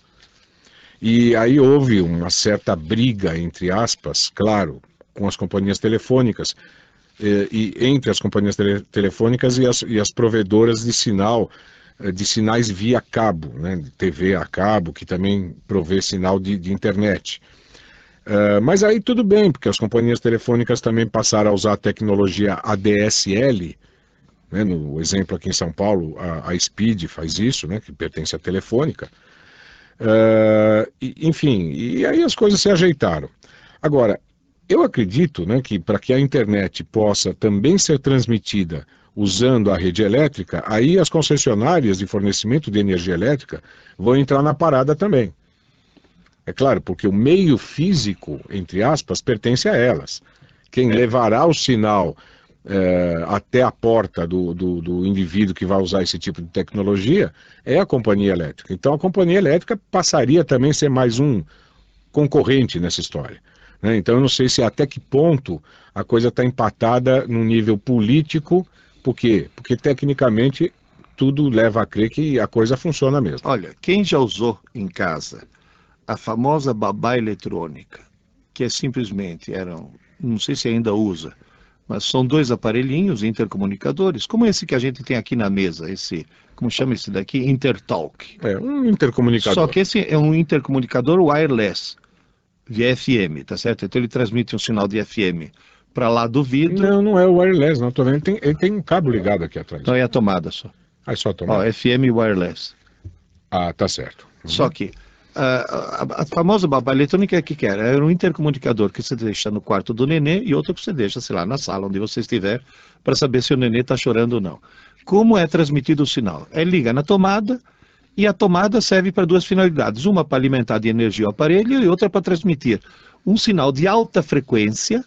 E aí houve uma certa briga, entre aspas, claro, com as companhias telefônicas, e, e entre as companhias tele, telefônicas e as, e as provedoras de sinal, de sinais via cabo, né, de T V a cabo, que também provê sinal de, de internet. Uh, mas aí tudo bem, porque as companhias telefônicas também passaram a usar a tecnologia A D S L, né, no exemplo aqui em São Paulo, a, a Speed faz isso, né, que pertence à Telefônica. Uh, e, enfim, e aí as coisas se ajeitaram. Agora, eu acredito, né, que para que a internet possa também ser transmitida usando a rede elétrica, aí as concessionárias de fornecimento de energia elétrica vão entrar na parada também. É claro, porque o meio físico, entre aspas, pertence a elas. Quem é. levará o sinal é, até a porta do, do, do indivíduo que vai usar esse tipo de tecnologia é a companhia elétrica. Então a companhia elétrica passaria também a ser mais um concorrente nessa história. Né? Então eu não sei se até que ponto a coisa está empatada no nível político. Por quê? Porque tecnicamente tudo leva a crer que a coisa funciona mesmo. Olha, quem já usou em casa a famosa babá eletrônica, que é simplesmente, eram, não sei se ainda usa, mas são dois aparelhinhos intercomunicadores, como esse que a gente tem aqui na mesa, esse, como chama esse daqui? Intertalk. É, um intercomunicador. Só que esse é um intercomunicador wireless, via F M, tá certo? Então ele transmite um sinal de F M para lá do vidro. Não, não é o wireless, não, tô vendo, ele tem, ele tem um cabo ligado aqui atrás. Então é a tomada só. Ah, é só a tomada? Ó, F M wireless. Ah, tá certo. Uhum. Só que a, a, a famosa babá eletrônica é o que que era? Era um intercomunicador que você deixa no quarto do nenê e outro que você deixa, sei lá, na sala onde você estiver, para saber se o nenê está chorando ou não. Como é transmitido o sinal? É liga na tomada e a tomada serve para duas finalidades. Uma para alimentar de energia o aparelho e outra para transmitir um sinal de alta frequência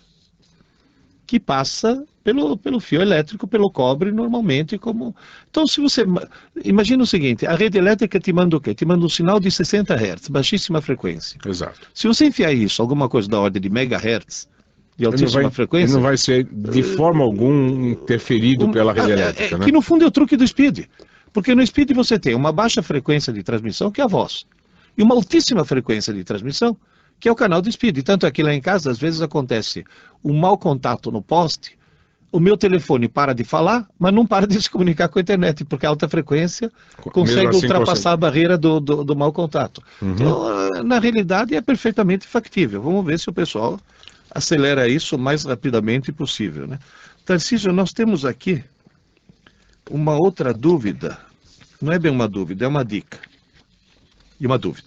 que passa pelo, pelo fio elétrico, pelo cobre, normalmente, como... Então, se você... Imagina o seguinte, a rede elétrica te manda o quê? Te manda um sinal de sessenta hertz, baixíssima frequência. Exato. Se você enfiar isso, alguma coisa da ordem de megahertz, de altíssima vai, frequência... Ele não vai ser, de forma alguma, interferido um, pela rede é, elétrica, é, né? Que, no fundo, é o truque do Speed. Porque no Speed você tem uma baixa frequência de transmissão, que é a voz, e uma altíssima frequência de transmissão, que é o canal do Speed. Tanto é que lá em casa, às vezes acontece um mau contato no poste, o meu telefone para de falar, mas não para de se comunicar com a internet, porque a alta frequência consegue assim ultrapassar consegue. a barreira do, do, do mau contato. Uhum. Então, na realidade, é perfeitamente factível. Vamos ver se o pessoal acelera isso o mais rapidamente possível, né? Tarcísio, nós temos aqui uma outra dúvida. Não é bem uma dúvida, é uma dica. E uma dúvida.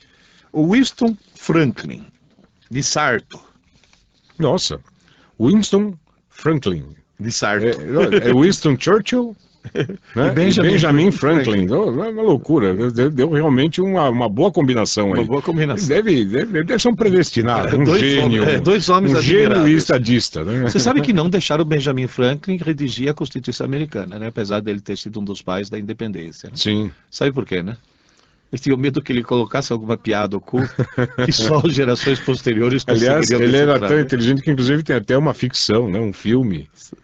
O Winston Franklin, de Sarto. Nossa, Winston Franklin. De Sarto. É, é Winston Churchill, né? E Benjamin, e Benjamin Franklin. Franklin. É uma loucura. Deu, deu realmente uma, uma boa combinação aí. Uma boa combinação. Deve, deve, deve ser um predestinado, um dois gênio. Homens, é, dois homens um gênio e estadista. Né? Você sabe que não deixaram o Benjamin Franklin redigir a Constituição Americana, né? Apesar dele ter sido um dos pais da independência. Né? Sim. Sabe por quê, né? Eles tinham medo que ele colocasse alguma piada oculta que só as gerações posteriores Aliás, ele era tão inteligente que inclusive tem até uma ficção, né? Um filme,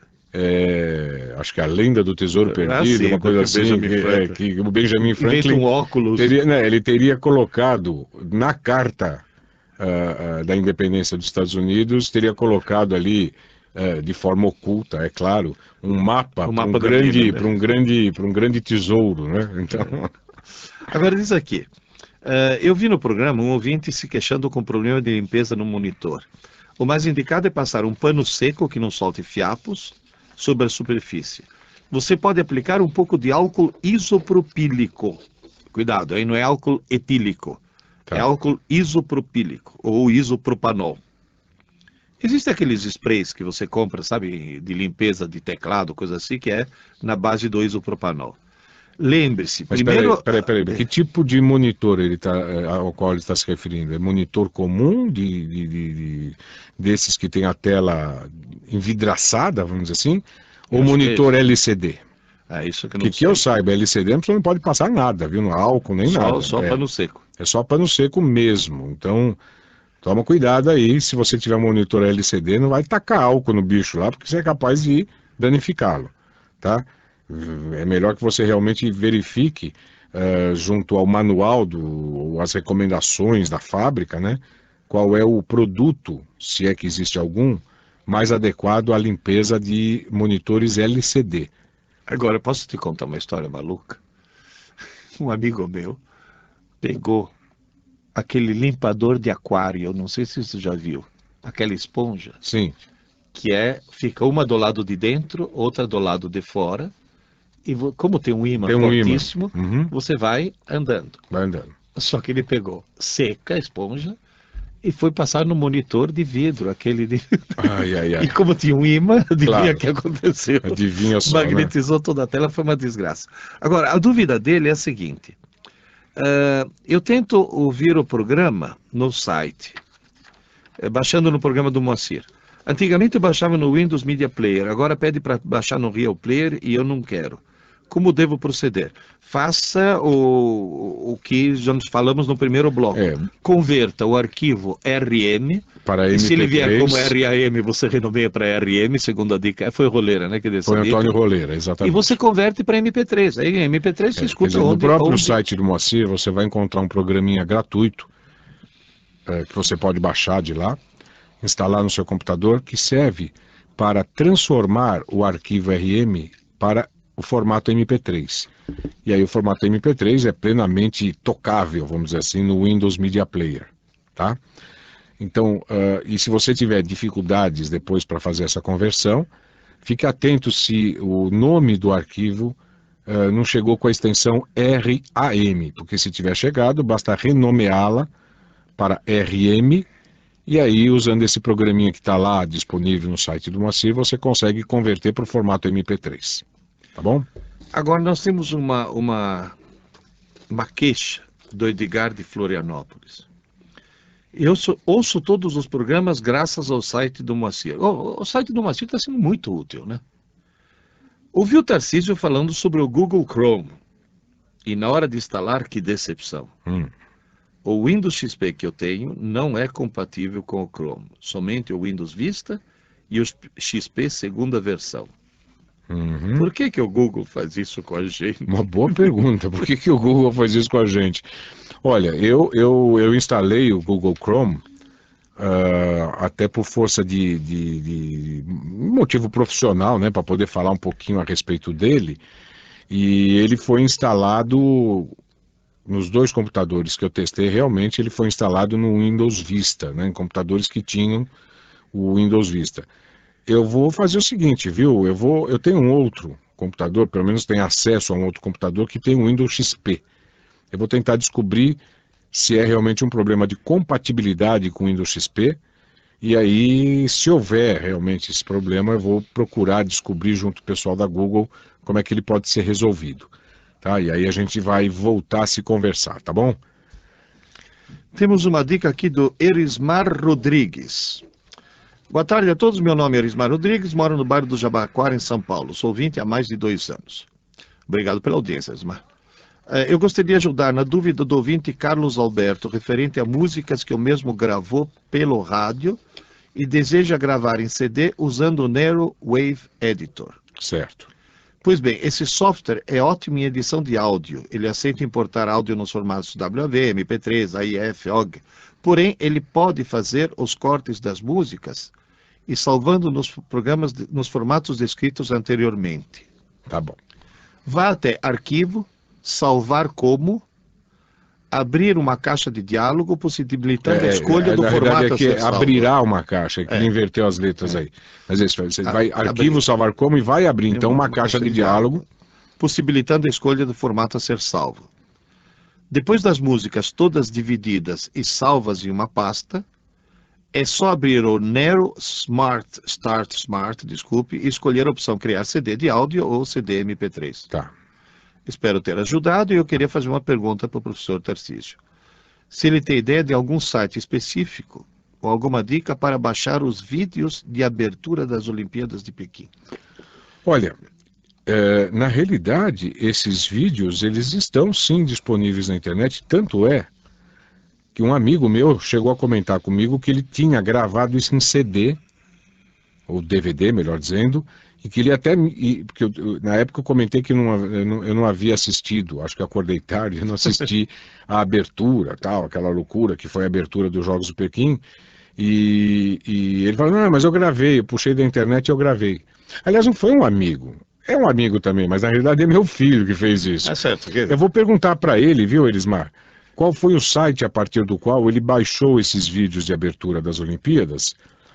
é, acho que A Lenda do Tesouro Perdido, ah, sim, uma coisa assim, que, é, que o Benjamin Franklin um óculos. Teria, né, ele teria colocado na carta uh, uh, da independência dos Estados Unidos, teria colocado ali, uh, de forma oculta, é claro, um mapa, O para um, mapa da grande, Bíblia, né? para um, grande, para um grande tesouro, né? Então, Agora diz aqui, eh, eu vi no programa um ouvinte se queixando com problema de limpeza no monitor. O mais indicado é passar um pano seco que não solte fiapos sobre a superfície. Você pode aplicar um pouco de álcool isopropílico. Cuidado, aí não é álcool etílico, Tá. é álcool isopropílico ou isopropanol. Existem aqueles sprays que você compra, sabe, de limpeza de teclado, coisa assim, que é na base do isopropanol. Lembre-se, mas primeiro... peraí, peraí, peraí, que tipo de monitor ele tá, eh, ao qual ele está se referindo? É monitor comum, de, de- de- de- desses que tem a tela envidraçada, vamos dizer assim, ou Eu acho que é monitor isso. L C D? É isso que eu Que não que sei. eu saiba, L C D você não pode passar nada, viu? No álcool, nem Só, nada. só é, pano seco. é só pano seco mesmo. Então, toma cuidado aí. Se você tiver um monitor L C D, não vai tacar álcool no bicho lá, porque você é capaz de danificá-lo, tá? É melhor que você realmente verifique, eh, junto ao manual, do, ou as recomendações da fábrica, né? Qual é o produto, se é que existe algum, mais adequado à limpeza de monitores L C D. Agora, eu posso te contar uma história maluca? Um amigo meu pegou aquele limpador de aquário, eu não sei se você já viu, aquela esponja, Sim, que é, fica uma do lado de dentro, outra do lado de fora, e vo- como tem um imã tem um imã. fortíssimo, Uhum, você vai andando. vai andando. Só que ele pegou seca a esponja e foi passar no monitor de vidro, aquele de... Ai, ai, E ai. como tinha um imã, adivinha o Claro. que aconteceu? Adivinha só, né? Magnetizou toda a tela, foi uma desgraça. Agora, a dúvida dele é a seguinte. ah, eu tento ouvir o programa no site, eh, baixando no programa do Moacir. Antigamente eu baixava no Windows Media Player, agora pede para baixar no Real Player e eu não quero. Como devo proceder? Faça o, o que já nos falamos no primeiro bloco. É, Converta o arquivo R M. para E se ele M P três, vier como R A M, você renomeia para R M, segundo a dica. Foi Roleira, né? Que dessa foi dica. Antônio Roleira, E exatamente. você converte para M P três. Aí M P três você É, quer escuta dizer, no onde, próprio onde... site do Moacir, você vai encontrar um programinha gratuito, é, que você pode baixar de lá, instalar no seu computador, que serve para transformar o arquivo R M para o formato M P três. E aí o formato M P três é plenamente tocável, vamos dizer assim, no Windows Media Player, tá? Então, uh, e se você tiver dificuldades depois para fazer essa conversão, fique atento se o nome do arquivo uh, não chegou com a extensão R A M, porque se tiver chegado, basta renomeá-la para R M, e aí, usando esse programinha que está lá disponível no site do Moacir, você consegue converter para o formato M P três, tá bom? Agora nós temos uma, uma, uma queixa do Edgar de Florianópolis. Eu sou- ouço todos os programas graças ao site do Moacir. O, o site do Moacir está sendo muito útil, né? Ouvi o Tarcísio falando sobre o Google Chrome. E na hora de instalar, que decepção. Hum. O Windows X P que eu tenho não é compatível com o Chrome. Somente o Windows Vista e o X P segunda versão. Uhum. Por que que o Google faz isso com a gente? Uma boa pergunta. Por que que o Google faz isso com a gente? Olha, eu, eu, eu instalei o Google Chrome, ah, até por força de, de, de motivo profissional, né, para poder falar um pouquinho a respeito dele. E ele foi instalado nos dois computadores que eu testei. Realmente ele foi instalado no Windows Vista, né, em computadores que tinham o Windows Vista. Eu vou fazer o seguinte, viu? Eu vou, eu tenho um outro computador, pelo menos tenho acesso a um outro computador que tem o Windows X P. Eu vou tentar descobrir se é realmente um problema de compatibilidade com o Windows X P. E aí, se houver realmente esse problema, eu vou procurar descobrir junto com o pessoal da Google como é que ele pode ser resolvido, tá? E aí a gente vai voltar a se conversar, tá bom? Temos uma dica aqui do Erismar Rodrigues. Boa tarde a todos, meu nome é Erismar Rodrigues, moro no bairro do Jabaquara, em São Paulo. Sou ouvinte há mais de dois anos. Obrigado pela audiência, Erismar. Eh, Eu gostaria de ajudar na dúvida do ouvinte Carlos Alberto, referente a músicas que o mesmo gravou pelo rádio e deseja gravar em C D usando o Nero Wave Editor. Certo. Pois bem, esse software é ótimo em edição de áudio. Ele aceita importar áudio nos formatos W A V, M P três, A I F, O G, Porém, ele pode fazer os cortes das músicas e salvando nos programas, nos formatos descritos anteriormente. Tá bom. Vá até Arquivo, Salvar como, abrir uma caixa de diálogo, possibilitando É, a escolha é, do na formato verdade é a que ser salvo. abrirá uma caixa, que É. ele inverteu as letras aí. Mas isso, você A- vai abrir. arquivo, salvar como e vai abrir então uma caixa de diálogo. Possibilitando a escolha do formato a ser salvo. Depois das músicas todas divididas e salvas em uma pasta, é só abrir o Nero Smart Start Smart, desculpe, e escolher a opção criar C D de áudio ou C D M P três. Tá. Espero ter ajudado e eu queria fazer uma pergunta para o professor Tarcísio. Se ele tem ideia de algum site específico ou alguma dica para baixar os vídeos de abertura das Olimpíadas de Pequim. Olha, é, na realidade, esses vídeos, eles estão sim disponíveis na internet, tanto é que um amigo meu chegou a comentar comigo que ele tinha gravado isso em C D, ou D V D, melhor dizendo, e que ele até, e, porque eu, eu, na época eu comentei que não, eu, não, eu não havia assistido, acho que eu acordei tarde, eu não assisti a abertura, tal, aquela loucura que foi a abertura dos Jogos do Pequim, e, e ele falou, não, mas eu gravei, eu puxei da internet e eu gravei. Aliás, não foi um amigo, é um amigo também, mas na realidade é meu filho que fez isso. É certo. Que... Eu vou perguntar para ele, viu, Elismar, qual foi o site a partir do qual ele baixou esses vídeos de abertura das Olimpíadas,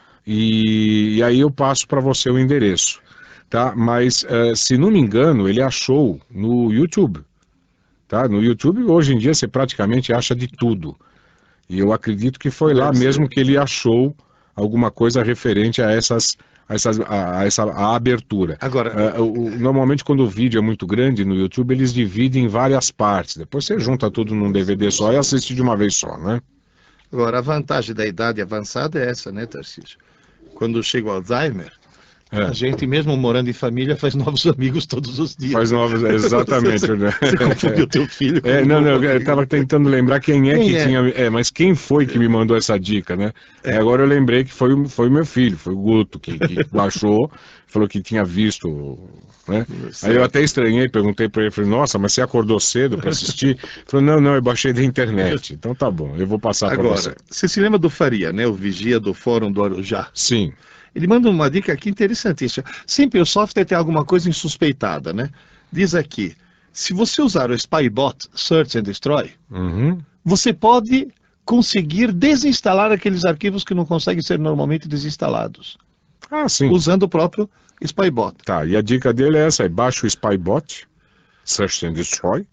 e, e aí eu passo para você o endereço, tá? Mas, uh, se não me engano, ele achou no YouTube, tá? No YouTube, hoje em dia, você praticamente acha de tudo, e eu acredito que foi lá mesmo que ele achou alguma coisa referente a essas... A essa, a, essa a abertura. Agora, uh, o, normalmente quando o vídeo é muito grande no YouTube, eles dividem em várias partes. Depois você junta tudo num D V D só e assiste de uma vez só, né? Agora, a vantagem da idade avançada é essa, né, Tarcísio? Quando chega o Alzheimer, É. a gente, mesmo morando em família, faz novos amigos todos os dias. Faz novos, exatamente. Você, né? você confundiu teu filho com É, o não, não, amigo. eu estava tentando lembrar quem é Quem que é? tinha. É, mas quem foi que me mandou essa dica, né? É. Agora eu lembrei que foi, o- foi o meu filho, foi o Guto, que, que baixou, falou que tinha visto. Né? Aí eu até estranhei, perguntei para ele, falei, nossa, mas você acordou cedo para assistir? Ele falou, não, não, eu baixei da internet. Então tá bom, eu vou passar para você. Agora, você se lembra do Faria, né? O vigia do Fórum do Arujá? Sim. Ele manda uma dica aqui interessantíssima. Sempre o software tem alguma coisa insuspeitada, né? Diz aqui, se você usar o Spybot Search and Destroy, Uhum. você pode conseguir desinstalar aqueles arquivos que não conseguem ser normalmente desinstalados, Ah, sim. usando o próprio Spybot. Tá, e a dica dele é essa, aí, baixa o Spybot, Search and Destroy,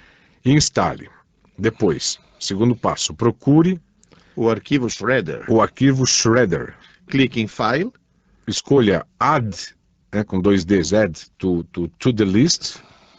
e instale. Depois, segundo passo, procure O arquivo Shredder. o arquivo Shredder. Clique em File, Escolha Add, né, com dois Ds, Add to, to, to the list.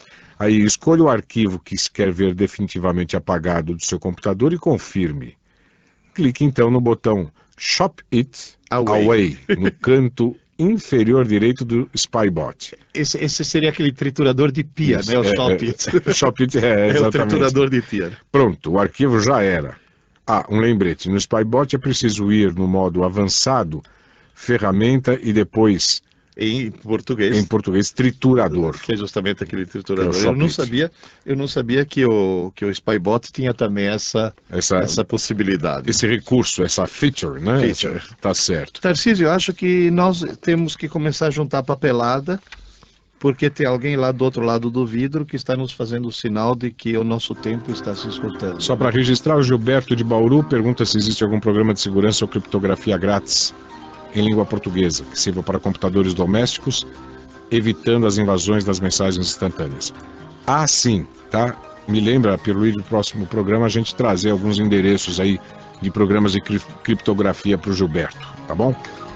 Aí escolha o arquivo que se quer ver definitivamente apagado do seu computador e confirme. Clique então no botão Shop It Away. Away, no canto inferior direito do Spybot. esse, esse seria aquele triturador de pia, Isso, né? O é, Shop é, It. Shop It, é, É o exatamente. triturador de pia. Pronto, o arquivo já era. Ah, um lembrete, no Spybot é preciso ir no modo avançado, ferramenta e depois, Em português. em português, triturador. Que é justamente aquele triturador. Que é o eu não Shop It. sabia, eu não sabia que o que o Spybot tinha também essa Essa, essa possibilidade. esse recurso, essa feature, né? Feature. Essa- tá certo. Tarcísio, eu acho que nós temos que começar a juntar a papelada, porque tem alguém lá do outro lado do vidro que está nos fazendo o sinal de que o nosso tempo está se esgotando. Só para registrar, o Gilberto de Bauru pergunta se existe algum programa de segurança ou criptografia grátis em língua portuguesa, que sirva para computadores domésticos, evitando as invasões das mensagens instantâneas. Ah, sim, tá? Me lembra, Pierluigi, no próximo programa a gente trazer alguns endereços aí de programas de cri- criptografia para o Gilberto, tá bom?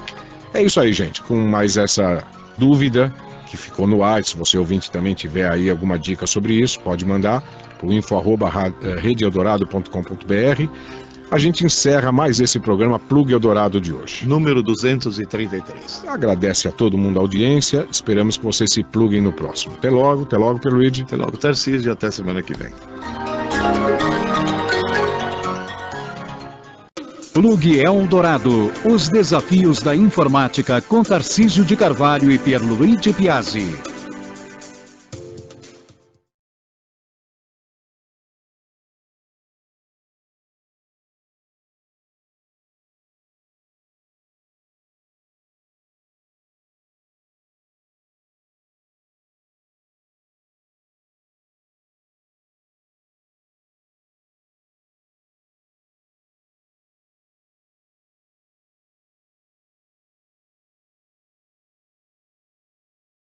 É isso aí, gente. Com mais essa dúvida que ficou no ar, se você ouvinte também tiver aí alguma dica sobre isso, pode mandar para o info arroba rede eldorado ponto com ponto br. A gente encerra mais esse programa Plug Eldorado de hoje. Número duzentos e trinta e três. Agradece a todo mundo a audiência, esperamos que vocês se pluguem no próximo. Até logo, até logo, Pierluigi. Até logo, Tarcísio, e até semana que vem. Plug Eldorado, os desafios da informática com Tarcísio de Carvalho e Pierluigi Piazzi.